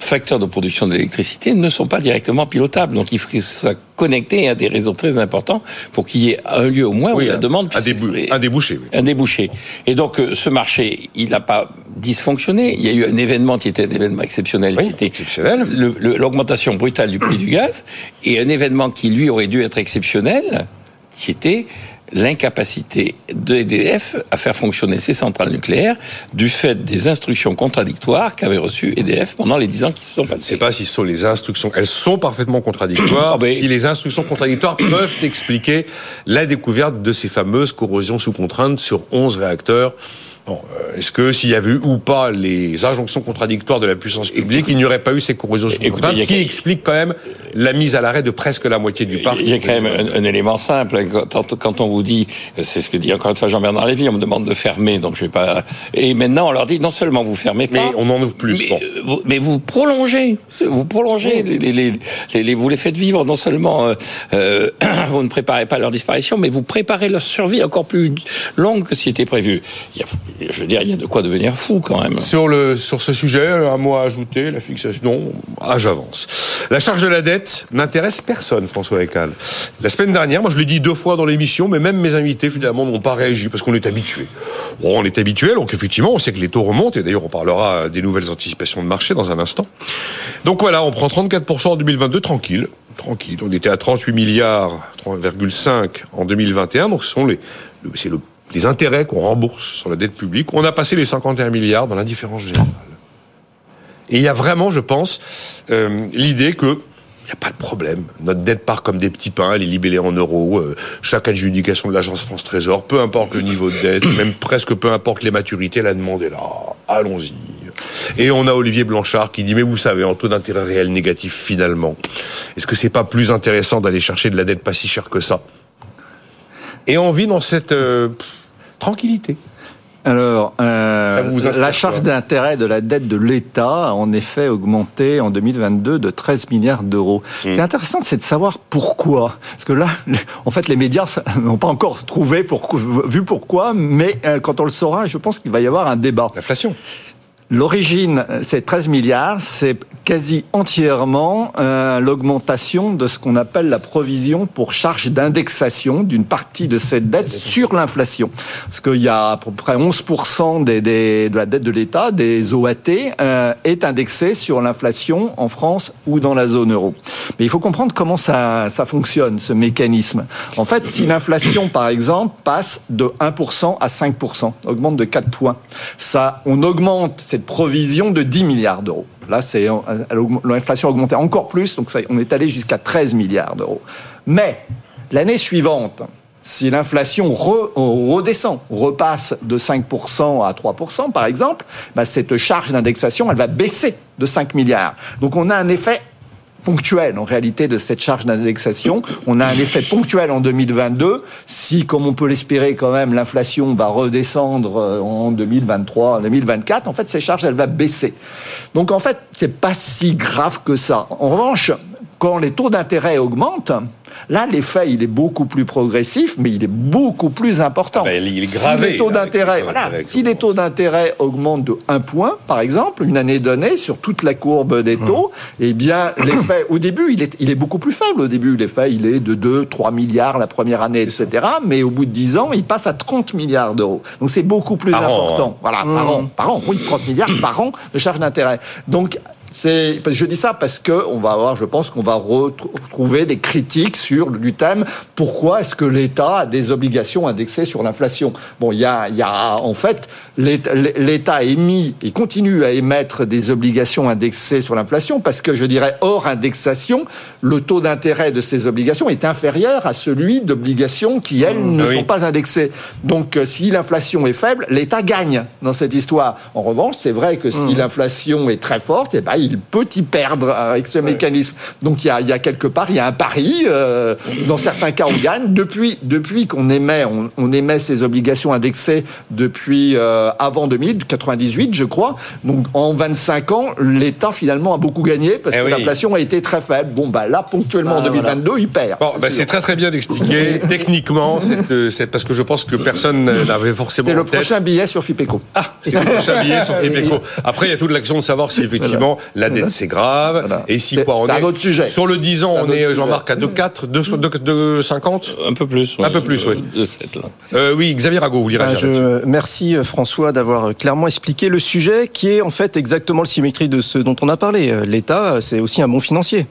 facteurs de production d'électricité ne sont pas directement pilotables. Donc il faut que ce soit connecté à des réseaux très importants pour qu'il y ait un lieu au moins oui, où la un, demande puisse un, débou- un débouché. Oui. Un débouché. Et donc ce marché, il n'a pas dysfonctionné. Il y a eu un événement qui était un événement exceptionnel, oui, qui était exceptionnel. Le, le, l'augmentation brutale du prix du gaz, et un événement qui lui aurait dû être exceptionnel, qui était l'incapacité de E D F à faire fonctionner ses centrales nucléaires du fait des instructions contradictoires qu'avait reçues E D F pendant les dix ans qui se sont passés. Je ne sais pas si ce sont les instructions. Elles sont parfaitement contradictoires. mais... Si les instructions contradictoires peuvent expliquer la découverte de ces fameuses corrosions sous contrainte sur onze réacteurs. Bon, est-ce que s'il y avait eu ou pas les injonctions contradictoires de la puissance publique, il n'y aurait pas eu ces corrosions sous contrainte qui expliquent quand même la mise à l'arrêt de presque la moitié du parc. Il y a quand même un, un élément simple. Quand, quand on vous dit, c'est ce que dit encore une fois Jean-Bernard Lévy, on me demande de fermer, donc je vais pas. Et maintenant on leur dit non seulement vous fermez pas, mais on en ouvre plus. Mais, bon. vous, mais vous prolongez, vous prolongez, oui. les, les, les, les, vous les faites vivre. Non seulement euh, euh, vous ne préparez pas leur disparition, mais vous préparez leur survie encore plus longue que ce qui était prévu. Il y a, je veux dire, il y a de quoi devenir fou quand même. Sur le sur ce sujet, un mot à ajouter, la fixation. Non, ah, j'avance. La charge de la dette n'intéresse personne, François Ekal. La semaine dernière, moi je l'ai dit deux fois dans l'émission, mais même mes invités finalement n'ont pas réagi parce qu'on est habitués. Bon, on est habitués, donc effectivement, on sait que les taux remontent, et d'ailleurs on parlera des nouvelles anticipations de marché dans un instant. Donc voilà, on prend trente-quatre pour cent en deux mille vingt-deux, tranquille. Tranquille. On était à trente-huit milliards, trois virgule cinq en deux mille vingt et un, donc ce sont les, c'est le les intérêts qu'on rembourse sur la dette publique. On a passé les cinquante et un milliards dans l'indifférence générale. Et il y a vraiment, je pense, euh, l'idée que il n'y a pas de problème. Notre dette part comme des petits pains, elle est libellée en euros. Euh, chaque adjudication de l'agence France Trésor, peu importe le niveau de dette, même presque peu importe les maturités, la demande est là. Allons-y. Et on a Olivier Blanchard qui dit, mais vous savez, en taux d'intérêt réel négatif, finalement, est-ce que c'est pas plus intéressant d'aller chercher de la dette pas si chère que ça ? Et on vit dans cette euh, tranquillité. Alors, euh, la charge d'intérêt de la dette de l'État a en effet augmenté en deux mille vingt-deux de treize milliards d'euros. Mmh. Ce qui est intéressant, c'est de savoir pourquoi. Parce que là, en fait, les médias n'ont pas encore trouvé, pour, vu pourquoi, mais quand on le saura, je pense qu'il va y avoir un débat. L'inflation. L'origine, ces treize milliards, c'est quasi entièrement euh, l'augmentation de ce qu'on appelle la provision pour charge d'indexation d'une partie de cette dette sur l'inflation. Parce qu'il y a à peu près onze pour cent des, des, de la dette de l'État, des O A T, euh, est indexée sur l'inflation en France ou dans la zone euro. Mais il faut comprendre comment ça, ça fonctionne, ce mécanisme. En fait, si l'inflation, par exemple, passe de un pour cent à cinq pour cent, augmente de quatre points, ça, on augmente cette provision de dix milliards d'euros. Là, c'est, l'inflation a augmenté encore plus, donc ça, on est allé jusqu'à treize milliards d'euros. Mais l'année suivante, si l'inflation re, redescend, repasse de cinq pour cent à trois pour cent, par exemple, bah, cette charge d'indexation, elle va baisser de cinq milliards. Donc on a un effet ponctuel, en réalité, de cette charge d'indexation. On a un effet ponctuel en deux mille vingt-deux. Si, comme on peut l'espérer quand même, l'inflation va redescendre en deux mille vingt-trois, deux mille vingt-quatre, en fait, ces charges, elles vont baisser. Donc, en fait, c'est pas si grave que ça. En revanche, quand les taux d'intérêt augmentent, là, l'effet, il est beaucoup plus progressif, mais il est beaucoup plus important. Ah ben, il est gravé. Si les taux d'intérêt, voilà, si les taux d'intérêt augmentent de un point, par exemple, une année donnée, sur toute la courbe des taux, hum. eh bien, l'effet, au début, il est, il est beaucoup plus faible. Au début, l'effet, il est de deux, trois milliards la première année, et cetera. Mais au bout de dix ans, il passe à trente milliards d'euros. Donc, c'est beaucoup plus par important. An. Voilà, hum. par an. Par an, oui, trente milliards par an de charge d'intérêt. Donc, C'est, je dis ça parce que on va avoir, je pense qu'on va retrouver des critiques sur du thème pourquoi est-ce que l'État a des obligations indexées sur l'inflation. Bon, il y a, il y a en fait l'État, l'État a émis et continue à émettre des obligations indexées sur l'inflation parce que je dirais hors indexation, le taux d'intérêt de ces obligations est inférieur à celui d'obligations qui elles mmh, ne oui. sont pas indexées. Donc, si l'inflation est faible, l'État gagne dans cette histoire. En revanche, c'est vrai que si mmh. l'inflation est très forte, eh ben il peut y perdre avec ce ouais. mécanisme. Donc il y a, il y a quelque part, il y a un pari. Euh, dans certains cas, on gagne. Depuis, depuis qu'on émet, on, on émet ces obligations indexées depuis euh, avant deux mille quatre-vingt-dix-huit, je crois. Donc en vingt-cinq ans, l'État finalement a beaucoup gagné parce eh que oui. l'inflation a été très faible. Bon, bah là, ponctuellement, ah, en deux mille vingt-deux, voilà. il perd. Bon, bah, c'est très très bien d'expliquer techniquement, cette, cette, parce que je pense que personne n'avait forcément. C'est le en tête. prochain billet sur Fipeco. Ah, c'est le prochain billet sur Fipeco. Après, il y a toute l'action de savoir si effectivement. Voilà. la dette c'est grave. Voilà. Et si c'est, quoi, on c'est est un autre sujet. sur le dix ans, c'est on est Jean-Marc à deux virgule quatre, deux virgule cinquante. Un peu plus. Un peu plus, oui. deux virgule sept là. Euh, oui, Xavier Rago, vous voulez Ben, réagir là-dessus? je, merci François d'avoir clairement expliqué le sujet qui est en fait exactement le symétrie de ce dont on a parlé. L'État, c'est aussi un bon financier.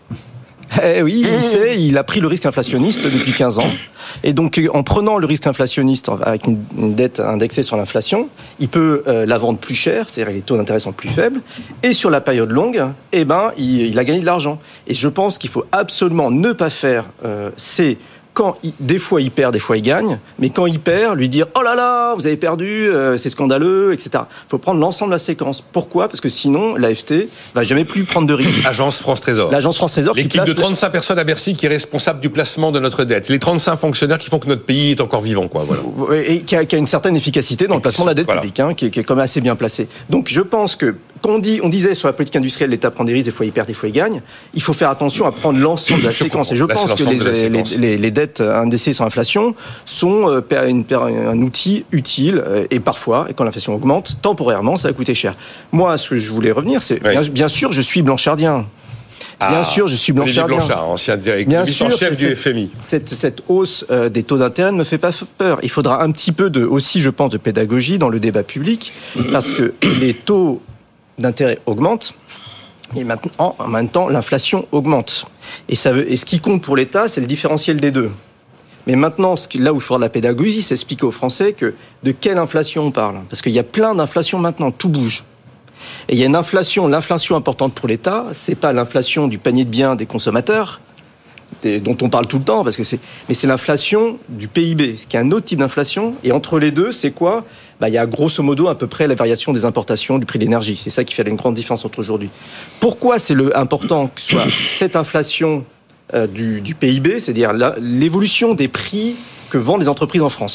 Eh oui, il sait, il a pris le risque inflationniste depuis quinze ans. Et donc, en prenant le risque inflationniste avec une, une dette indexée sur l'inflation, il peut euh, la vendre plus cher, c'est-à-dire les taux d'intérêt sont plus faibles. Et sur la période longue, eh ben, il, il a gagné de l'argent. Et je pense qu'il faut absolument ne pas faire, euh, c'est quand il, des fois il perd, des fois il gagne, mais quand il perd, lui dire « Oh là là, vous avez perdu, euh, c'est scandaleux, et cetera » Il faut prendre l'ensemble de la séquence. Pourquoi ? Parce que sinon, l'A F T va jamais plus prendre de risques. Agence France Trésor. L'Agence France Trésor qui L'équipe place de trente-cinq personnes à Bercy qui est responsable du placement de notre dette. Les trente-cinq fonctionnaires qui font que notre pays est encore vivant, quoi. Voilà. Et qui a, qui a une certaine efficacité dans le placement de la dette voilà. publique, hein, qui, est, qui est quand même assez bien placée. Donc je pense que quand on, dit, on disait sur la politique industrielle, l'État prend des risques, des fois il perd, des fois il gagne, il faut faire attention à prendre l'ensemble de la je séquence. comprends. Et je Là, pense que les, les, les, les dettes indexées sur l'inflation sont euh, une, un outil utile, euh, et parfois, et quand l'inflation augmente, temporairement, ça va coûter cher. Moi, ce que je voulais revenir, c'est, oui. bien, bien sûr, je suis blanchardien. Ah, bien sûr, je suis blanchardien. Blanchard, ancien directeur chef du F M I. Cette, cette hausse euh, des taux d'intérêt ne me fait pas peur. Il faudra un petit peu de, aussi, je pense, de pédagogie dans le débat public, parce que les taux d'intérêt augmentent, et maintenant, en même temps, l'inflation augmente. Et, ça veut, et ce qui compte pour l'État, c'est le différentiel des deux. Mais maintenant, ce qui, là où il faut faire de la pédagogie, c'est expliquer aux Français que de quelle inflation on parle. Parce qu'il y a plein d'inflations maintenant, tout bouge. Et il y a une inflation, l'inflation importante pour l'État, c'est pas l'inflation du panier de biens des consommateurs, des, dont on parle tout le temps, parce que c'est, mais c'est l'inflation du P I B, qui est un autre type d'inflation. Et entre les deux, c'est quoi ? Bah, il y a grosso modo à peu près la variation des importations du prix de l'énergie. C'est ça qui fait une grande différence entre aujourd'hui. Pourquoi c'est le important que soit cette inflation euh, du, du P I B, c'est-à-dire la, l'évolution des prix que vendent les entreprises en France ?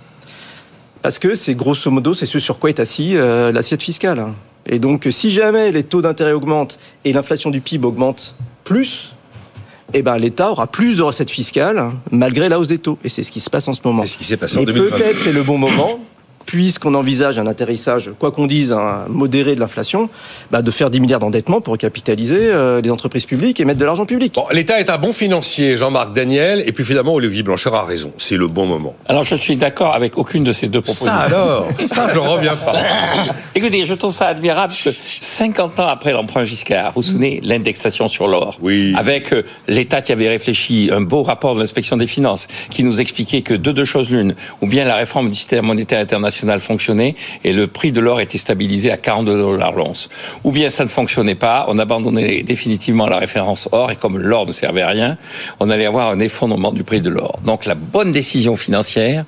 Parce que c'est grosso modo, c'est ce sur quoi est assis euh, l'assiette fiscale. Hein. Et donc, si jamais les taux d'intérêt augmentent et l'inflation du P I B augmente plus, eh ben, l'État aura plus de recettes fiscales, hein, malgré la hausse des taux. Et c'est ce qui se passe en ce moment. C'est ce qui s'est passé en et deux mille vingt. Peut-être c'est le bon moment, puisqu'on envisage un atterrissage, quoi qu'on dise, un modéré de l'inflation, bah, de faire dix milliards d'endettement pour capitaliser euh, les entreprises publiques et mettre de l'argent public. Bon, l'État est un bon financier, Jean-Marc Daniel, et puis finalement, Olivier Blanchard a raison. C'est le bon moment. Alors, je suis d'accord avec aucune de ces deux propositions. Ça alors, ça je reviens pas. Écoutez, je trouve ça admirable que cinquante ans après l'emprunt Giscard, vous vous souvenez, l'indexation sur l'or, oui. avec euh, l'État qui avait réfléchi, un beau rapport de l'inspection des finances, qui nous expliquait que de deux choses l'une, ou bien la réforme du système monétaire international fonctionnait, et le prix de l'or était stabilisé à quarante-deux dollars l'once. Ou bien ça ne fonctionnait pas, on abandonnait définitivement la référence or, et comme l'or ne servait à rien, on allait avoir un effondrement du prix de l'or. Donc la bonne décision financière,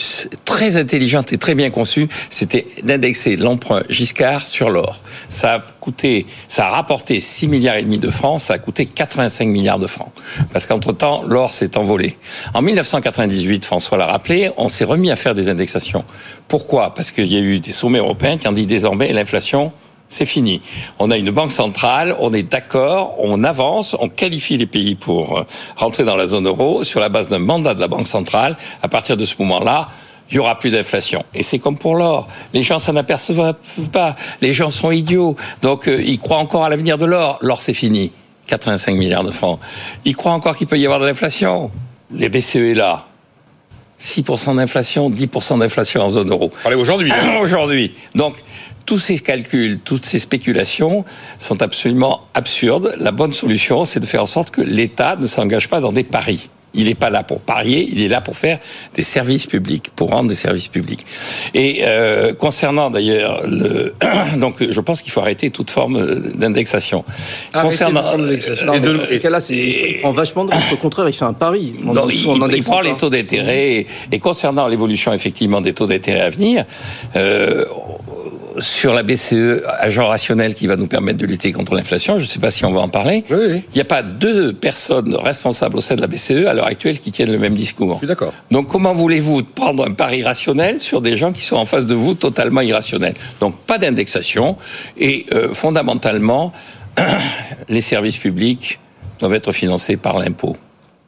très intelligente et très bien conçue, c'était d'indexer l'emprunt Giscard sur l'or. Ça a coûté, ça a rapporté six milliards et demi de francs, ça a coûté quatre-vingt-cinq milliards de francs. Parce qu'entre-temps, l'or s'est envolé. En dix-neuf cent quatre-vingt-dix-huit, François l'a rappelé, on s'est remis à faire des indexations. Pourquoi ? Parce qu'il y a eu des sommets européens qui ont dit désormais l'inflation, c'est fini. On a une banque centrale, on est d'accord, on avance, on qualifie les pays pour rentrer dans la zone euro sur la base d'un mandat de la banque centrale. À partir de ce moment-là, il y aura plus d'inflation. Et c'est comme pour l'or. Les gens s'en aperçoivent pas. Les gens sont idiots. Donc, euh, ils croient encore à l'avenir de l'or. L'or, c'est fini. quatre-vingt-cinq milliards de francs. Ils croient encore qu'il peut y avoir de l'inflation. Les B C E est là. six pour cent d'inflation, dix pour cent d'inflation en zone euro. Allez, aujourd'hui. Aujourd'hui. Donc, tous ces calculs, toutes ces spéculations sont absolument absurdes. La bonne solution, c'est de faire en sorte que l'État ne s'engage pas dans des paris. Il n'est pas là pour parier, il est là pour faire des services publics, pour rendre des services publics. Et euh, concernant d'ailleurs le, donc je pense qu'il faut arrêter toute forme d'indexation. Arrêter concernant de l'indexation. Non, mais dans ce cas-là, c'est il prend vachement de risques. Au contraire, il fait un pari. On non, il, il, il prend les taux d'intérêt et, et concernant l'évolution effectivement des taux d'intérêt à venir. Euh, Sur la B C E, agent rationnel qui va nous permettre de lutter contre l'inflation, je ne sais pas si on va en parler. Oui, oui. Il n'y a pas deux personnes responsables au sein de la B C E à l'heure actuelle qui tiennent le même discours. Je suis d'accord. Donc comment voulez-vous prendre un pari rationnel sur des gens qui sont en face de vous totalement irrationnels ? Donc pas d'indexation et euh, fondamentalement, les services publics doivent être financés par l'impôt.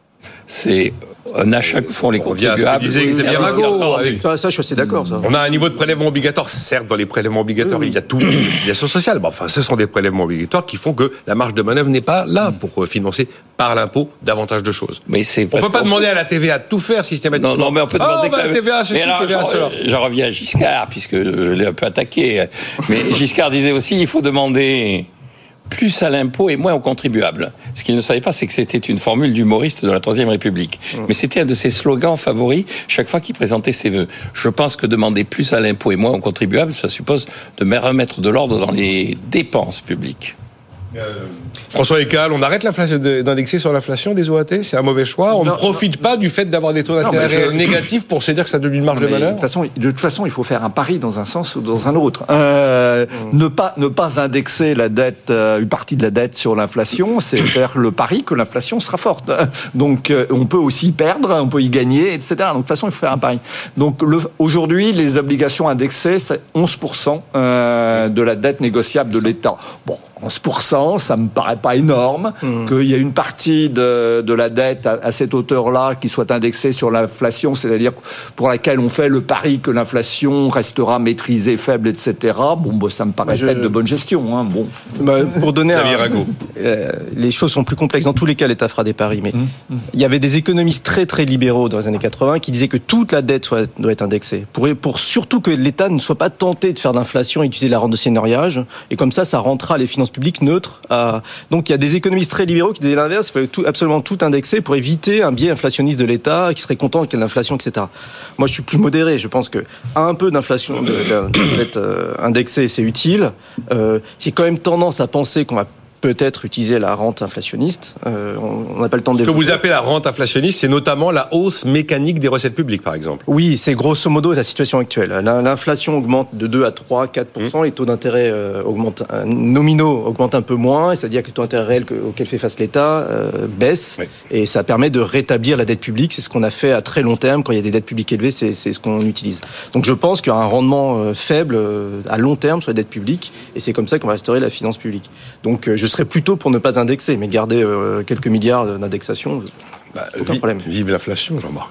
c'est un achat que font les contribuables. Disait Xavier Rago, avec... ça, ça, je suis assez d'accord. Ça. On a un niveau de prélèvement obligatoire. Certes, dans les prélèvements obligatoires, oui. il y a toute l'utilisation sociale. Bon, enfin, ce sont des prélèvements obligatoires qui font que la marge de manœuvre n'est pas là pour financer par l'impôt davantage de choses. Mais c'est on peut pas demander fait... à la T V A de tout faire systématiquement. Non, non mais on peut demander oh, bah, la T V A, ceci, alors, T V A, cela. J'en reviens à Giscard, puisque je l'ai un peu attaqué. Mais Giscard disait aussi, il faut demander plus à l'impôt et moins aux contribuables. Ce qu'il ne savait pas, c'est que c'était une formule d'humoriste de la Troisième République. Mmh. Mais c'était un de ses slogans favoris chaque fois qu'il présentait ses vœux. Je pense que demander plus à l'impôt et moins aux contribuables, ça suppose de remettre de l'ordre dans les dépenses publiques. Euh, François Eccal, on arrête d'indexer sur l'inflation des O A T, c'est un mauvais choix. On non, ne profite non. pas du fait d'avoir des taux d'intérêt je... négatifs pour se dire que ça donne une marge non, de manœuvre. De toute façon, de toute façon, il faut faire un pari dans un sens ou dans un autre. Euh, mmh. Ne pas ne pas indexer la dette, euh, une partie de la dette sur l'inflation, c'est faire le pari que l'inflation sera forte. Donc, euh, on peut aussi perdre, on peut y gagner, et cetera. Donc, de toute façon, il faut faire un pari. Donc, le, aujourd'hui, les obligations indexées, c'est onze pour cent euh, de la dette négociable de l'État. Bon. onze pour cent, ça me paraît pas énorme, mmh. qu'il y ait une partie de, de la dette à, à cette hauteur-là qui soit indexée sur l'inflation, c'est-à-dire pour laquelle on fait le pari que l'inflation restera maîtrisée, faible, et cetera. Bon, bah, ça me paraît Je... être de bonne gestion. Hein. Bon. Bah, pour donner un... euh, les choses sont plus complexes. Dans tous les cas, l'État fera des paris. Mais mmh. Mmh. il y avait des économistes très très libéraux dans les années quatre-vingts qui disaient que toute la dette soit, doit être indexée. Pour, pour surtout que l'État ne soit pas tenté de faire d'inflation et d'utiliser la rente de seigneuriage. Et comme ça, ça rentrera les finances public neutre. À... Donc il y a des économistes très libéraux qui disaient l'inverse, il fallait tout, absolument tout indexer pour éviter un biais inflationniste de l'État qui serait content qu'il y ait de l'inflation, et cetera. Moi je suis plus modéré, je pense que un peu d'inflation d'être euh, indexée, c'est utile. Euh, j'ai quand même tendance à penser qu'on va peut-être utiliser la rente inflationniste. Euh, on n'a pas le temps de développer. Ce que vous appelez la rente inflationniste, c'est notamment la hausse mécanique des recettes publiques, par exemple. Oui, c'est grosso modo la situation actuelle. L'inflation augmente de deux à trois, quatre pour cent, mmh. les taux d'intérêt euh, augmentent, euh, nominaux augmentent un peu moins, c'est-à-dire que les taux d'intérêt réels auxquels fait face l'État euh, baissent, oui. et ça permet de rétablir la dette publique. C'est ce qu'on a fait à très long terme. Quand il y a des dettes publiques élevées, c'est, c'est ce qu'on utilise. Donc je pense qu'il y aura un rendement euh, faible euh, à long terme sur la dette publique, et c'est comme ça qu'on va restaurer la finance publique. Donc euh, je serais plutôt pour ne pas indexer, mais garder euh, quelques milliards d'indexation. Bah, aucun problème. Vive l'inflation, Jean-Marc.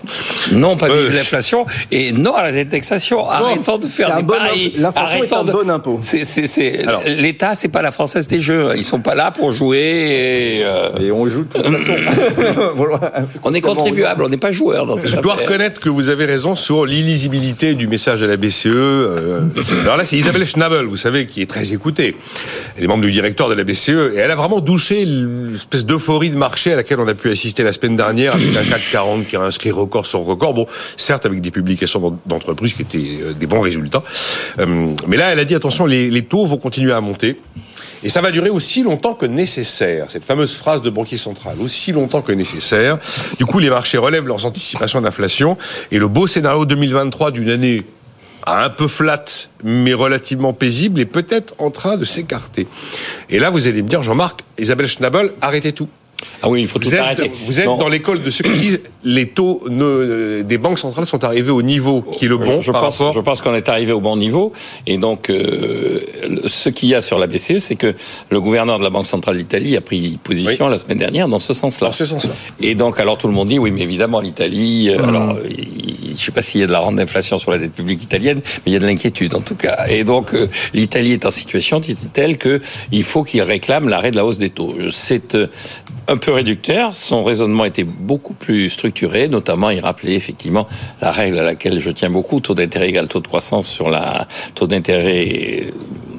Non, pas euh, vive l'inflation, et non à la détaxation. Non, arrêtons de faire des bon, paris. L'inflation est un de... bon impôt. C'est, c'est, c'est... Alors, l'État, c'est pas la Française des Jeux. Ils sont pas là pour jouer. Et, euh... et on joue de toute façon. voilà. On est contribuable, on n'est pas joueur dans cette Je affaire. dois reconnaître que vous avez raison sur l'illisibilité du message de la B C E. Euh... Alors là, c'est Isabelle Schnabel, vous savez, qui est très écoutée. Elle est membre du directoire de la B C E, et elle a vraiment douché l'espèce d'euphorie de marché à laquelle on a pu assister la semaine dernière avec un C A C quarante qui a inscrit record sur record. Bon, certes avec des publications d'entreprises qui étaient des bons résultats. Euh, mais là, elle a dit attention, les, les taux vont continuer à monter. Et ça va durer aussi longtemps que nécessaire. Cette fameuse phrase de banquier central, aussi longtemps que nécessaire. Du coup, les marchés relèvent leurs anticipations d'inflation. Et le beau scénario deux mille vingt-trois d'une année un peu flat, mais relativement paisible, est peut-être en train de s'écarter. Et là, vous allez me dire, Jean-Marc, Isabelle Schnabel, arrêtez tout. Ah oui, il faut tout vous êtes, arrêter. Vous êtes non. dans l'école de ceux qui disent les taux ne, des banques centrales sont arrivés au niveau qui est le bon je par pense, rapport... Je pense qu'on est arrivé au bon niveau. Et donc, euh, ce qu'il y a sur la B C E, c'est que le gouverneur de la Banque centrale d'Italie a pris position oui. la semaine dernière dans ce sens-là. Dans ce sens-là. Et donc, alors tout le monde dit, oui, mais évidemment, l'Italie... Mmh. Alors, il, je ne sais pas s'il y a de la rente d'inflation sur la dette publique italienne, mais il y a de l'inquiétude, en tout cas. Et donc, euh, l'Italie est en situation telle qu'il faut qu'il réclame l'arrêt de la hausse des taux. C'est euh, un peu réducteur. Son raisonnement était beaucoup plus structuré, notamment il rappelait effectivement la règle à laquelle je tiens beaucoup, taux d'intérêt égal taux de croissance sur la taux d'intérêt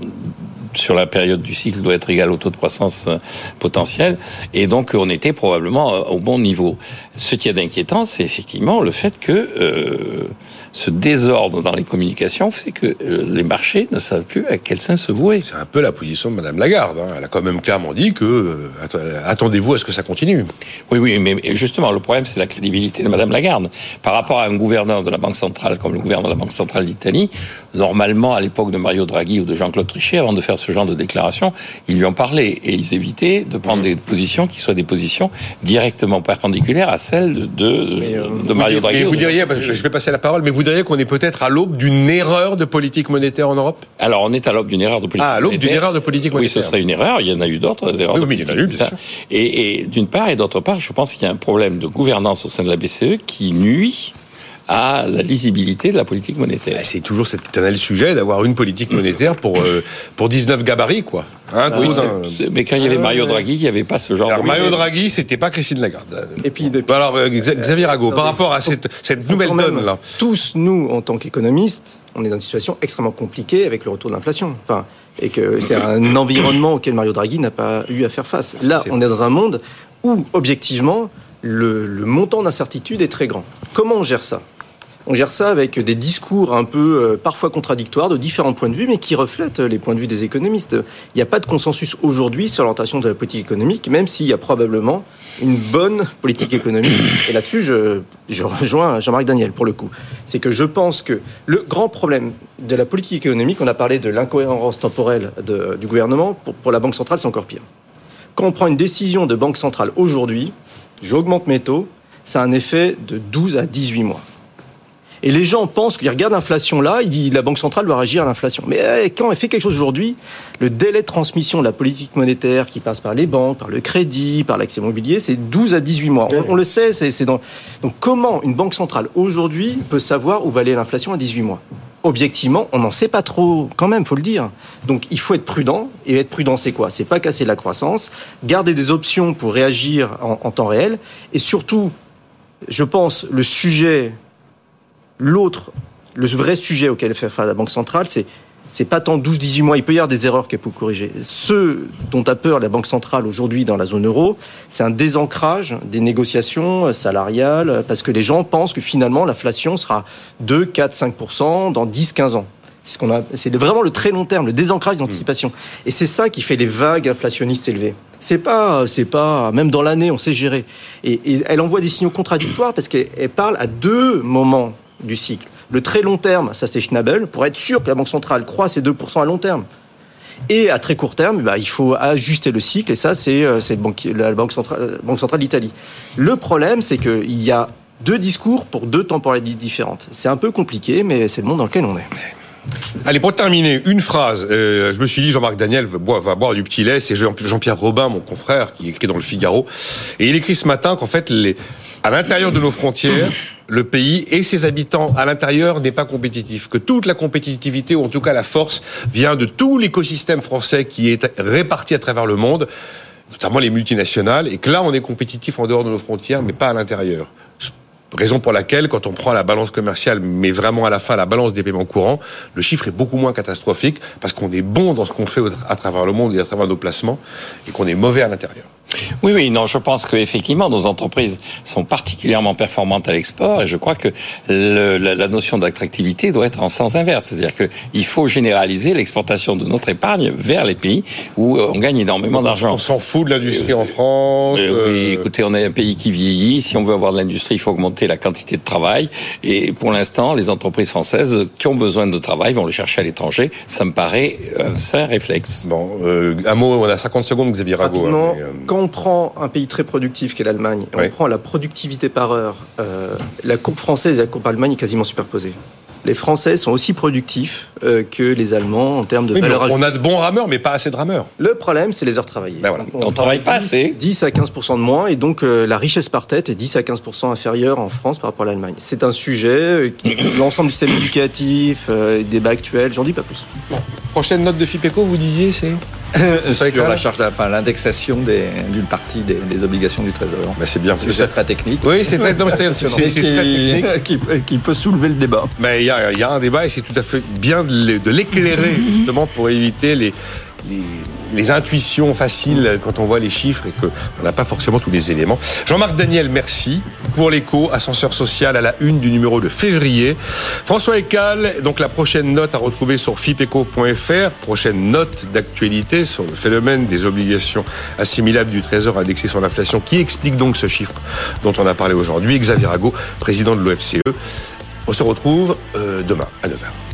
sur la période du cycle doit être égal au taux de croissance potentiel, et donc on était probablement au bon niveau. Ce qui est d'inquiétant, c'est effectivement le fait que euh, ce désordre dans les communications fait que euh, les marchés ne savent plus à quel sein se vouer. C'est un peu la position de Madame Lagarde. Hein. Elle a quand même clairement dit que euh, attendez-vous à ce que ça continue. Oui, oui, mais justement, le problème, c'est la crédibilité de Madame Lagarde. Par rapport à un gouverneur de la Banque centrale comme le gouverneur de la Banque centrale d'Italie, normalement, à l'époque de Mario Draghi ou de Jean-Claude Trichet, avant de faire ce genre de déclaration, ils lui en parlaient et ils évitaient de prendre des positions qui soient des positions directement perpendiculaires à celles de, de, mais, euh, de Mario vous, Draghi. Mais vous diriez, bah, je vais passer la parole, mais vous diriez qu'on est peut-être à l'aube d'une erreur de politique monétaire en Europe ? Alors, on est à l'aube d'une erreur de politique monétaire. Ah, à l'aube d'une erreur de politique monétaire. Oui, ce serait une erreur. Il y en a eu d'autres erreurs. Oui, mais il y en a eu, bien sûr. Et, et d'une part, et d'autre part, je pense qu'il y a un problème de gouvernance au sein de la B C E qui nuit à la lisibilité de la politique monétaire. C'est toujours cet éternel sujet d'avoir une politique monétaire pour euh, pour dix-neuf gabarits, quoi. Hein, oui, c'est, c'est, mais quand il y avait Mario Draghi, il n'y avait pas ce genre. Alors de... Mario Draghi, c'était pas Christine Lagarde. Et puis, depuis... alors Xavier Rago, par rapport à cette cette nouvelle donne là, tous nous, en tant qu'économistes, on est dans une situation extrêmement compliquée avec le retour de l'inflation. Enfin, et que c'est un environnement auquel Mario Draghi n'a pas eu à faire face. Là, on est dans un monde où, objectivement, le, le montant d'incertitude est très grand. Comment on gère ça ? On gère ça avec des discours un peu euh, parfois contradictoires de différents points de vue, mais qui reflètent les points de vue des économistes. Il n'y a pas de consensus aujourd'hui sur l'orientation de la politique économique, même s'il y a probablement une bonne politique économique. Et là-dessus, je, je rejoins Jean-Marc Daniel, pour le coup. C'est que je pense que le grand problème de la politique économique, on a parlé de l'incohérence temporelle de, du gouvernement, pour, pour la Banque centrale, c'est encore pire. Quand on prend une décision de Banque centrale aujourd'hui, j'augmente mes taux, ça a un effet de douze à dix-huit mois. Et les gens pensent qu'ils regardent l'inflation là, ils disent la Banque centrale doit réagir à l'inflation. Mais quand elle fait quelque chose aujourd'hui, le délai de transmission de la politique monétaire qui passe par les banques, par le crédit, par l'accès immobilier, c'est douze à dix-huit mois. On, on le sait, c'est, c'est dans... Donc comment une banque centrale aujourd'hui peut savoir où va aller l'inflation à dix-huit mois ? Objectivement, on n'en sait pas trop quand même, faut le dire. Donc il faut être prudent. Et être prudent, c'est quoi ? C'est pas casser la croissance, garder des options pour réagir en, en temps réel. Et surtout, je pense, le sujet... L'autre, le vrai sujet auquel fait face la Banque centrale, c'est, c'est pas tant douze à dix-huit mois, il peut y avoir des erreurs qu'elle peut corriger. Ce dont a peur la Banque centrale aujourd'hui dans la zone euro, c'est un désancrage des négociations salariales, parce que les gens pensent que finalement l'inflation sera deux, quatre, cinq pour cent dans dix, quinze ans. C'est, ce qu'on a, c'est vraiment le très long terme, le désancrage d'anticipation. Et c'est ça qui fait les vagues inflationnistes élevées. C'est pas, c'est pas, même dans l'année, on sait gérer. Et, et elle envoie des signaux contradictoires parce qu'elle elle parle à deux moments du cycle. Le très long terme, ça c'est Schnabel, pour être sûr que la Banque centrale croît ses deux pour cent à long terme. Et à très court terme, bah, il faut ajuster le cycle, et ça c'est, c'est le banquier, la Banque centrale, Banque centrale d'Italie. Le problème, c'est qu'il y a deux discours pour deux temporalités différentes. C'est un peu compliqué, mais c'est le monde dans lequel on est. Allez, pour terminer, une phrase. Euh, je me suis dit, Jean-Marc Daniel va boire, va boire du petit lait. C'est Jean-Pierre Robin, mon confrère, qui écrit dans le Figaro. Et il écrit ce matin qu'en fait, les, à l'intérieur de nos frontières, le pays et ses habitants à l'intérieur n'est pas compétitif. Que toute la compétitivité, ou en tout cas la force, vient de tout l'écosystème français qui est réparti à travers le monde, notamment les multinationales, et que là, on est compétitif en dehors de nos frontières, mais pas à l'intérieur. Raison pour laquelle, quand on prend la balance commerciale, mais vraiment à la fin la balance des paiements courants, le chiffre est beaucoup moins catastrophique, parce qu'on est bon dans ce qu'on fait à travers le monde et à travers nos placements, et qu'on est mauvais à l'intérieur. Oui, oui, non, je pense qu'effectivement, nos entreprises sont particulièrement performantes à l'export, et je crois que le, la, la notion d'attractivité doit être en sens inverse. C'est-à-dire qu'il faut généraliser l'exportation de notre épargne vers les pays où on gagne énormément d'argent. On s'en fout de l'industrie euh, en France. Euh, oui, euh... écoutez, on est un pays qui vieillit. Si on veut avoir de l'industrie, il faut augmenter la quantité de travail. Et pour l'instant, les entreprises françaises qui ont besoin de travail vont le chercher à l'étranger. Ça me paraît un sain réflexe. Bon, euh, un mot, on a cinquante secondes, Xavier Rago. Hein, mais, euh... Quand on prend un pays très productif qu'est l'Allemagne, oui. on prend la productivité par heure, euh, la courbe française et la courbe allemande est quasiment superposée. Les Français sont aussi productifs euh, que les Allemands en termes de oui, valeur ajoutée. On a de bons rameurs, mais pas assez de rameurs. Le problème, c'est les heures travaillées. Ben voilà. On, on travaille pas assez. dix à quinze pour cent de moins, et donc euh, la richesse par tête est dix à quinze pour cent inférieure en France par rapport à l'Allemagne. C'est un sujet, euh, l'ensemble du système éducatif, euh, débat actuel, j'en dis pas plus. Bon. Prochaine note de FIPECO, vous disiez, c'est sur la charge, enfin, l'indexation des, d'une partie des, des obligations du Trésor. Ben c'est bien. C'est très technique. Oui, c'est très, non, c'est, c'est, c'est, c'est très technique. Qui, qui peut soulever le débat. Mais il y a, il y a un débat et c'est tout à fait bien de l'éclairer justement pour éviter les, les, les intuitions faciles quand on voit les chiffres et qu'on n'a pas forcément tous les éléments. Jean-Marc Daniel, merci pour l'écho, ascenseur social à la une du numéro de février. François Eccal, donc la prochaine note à retrouver sur fipeco point f r, prochaine note d'actualité sur le phénomène des obligations assimilables du Trésor indexées sur l'inflation qui explique donc ce chiffre dont on a parlé aujourd'hui. Xavier Rago, président de l'O F C E. On se retrouve euh, demain à neuf heures.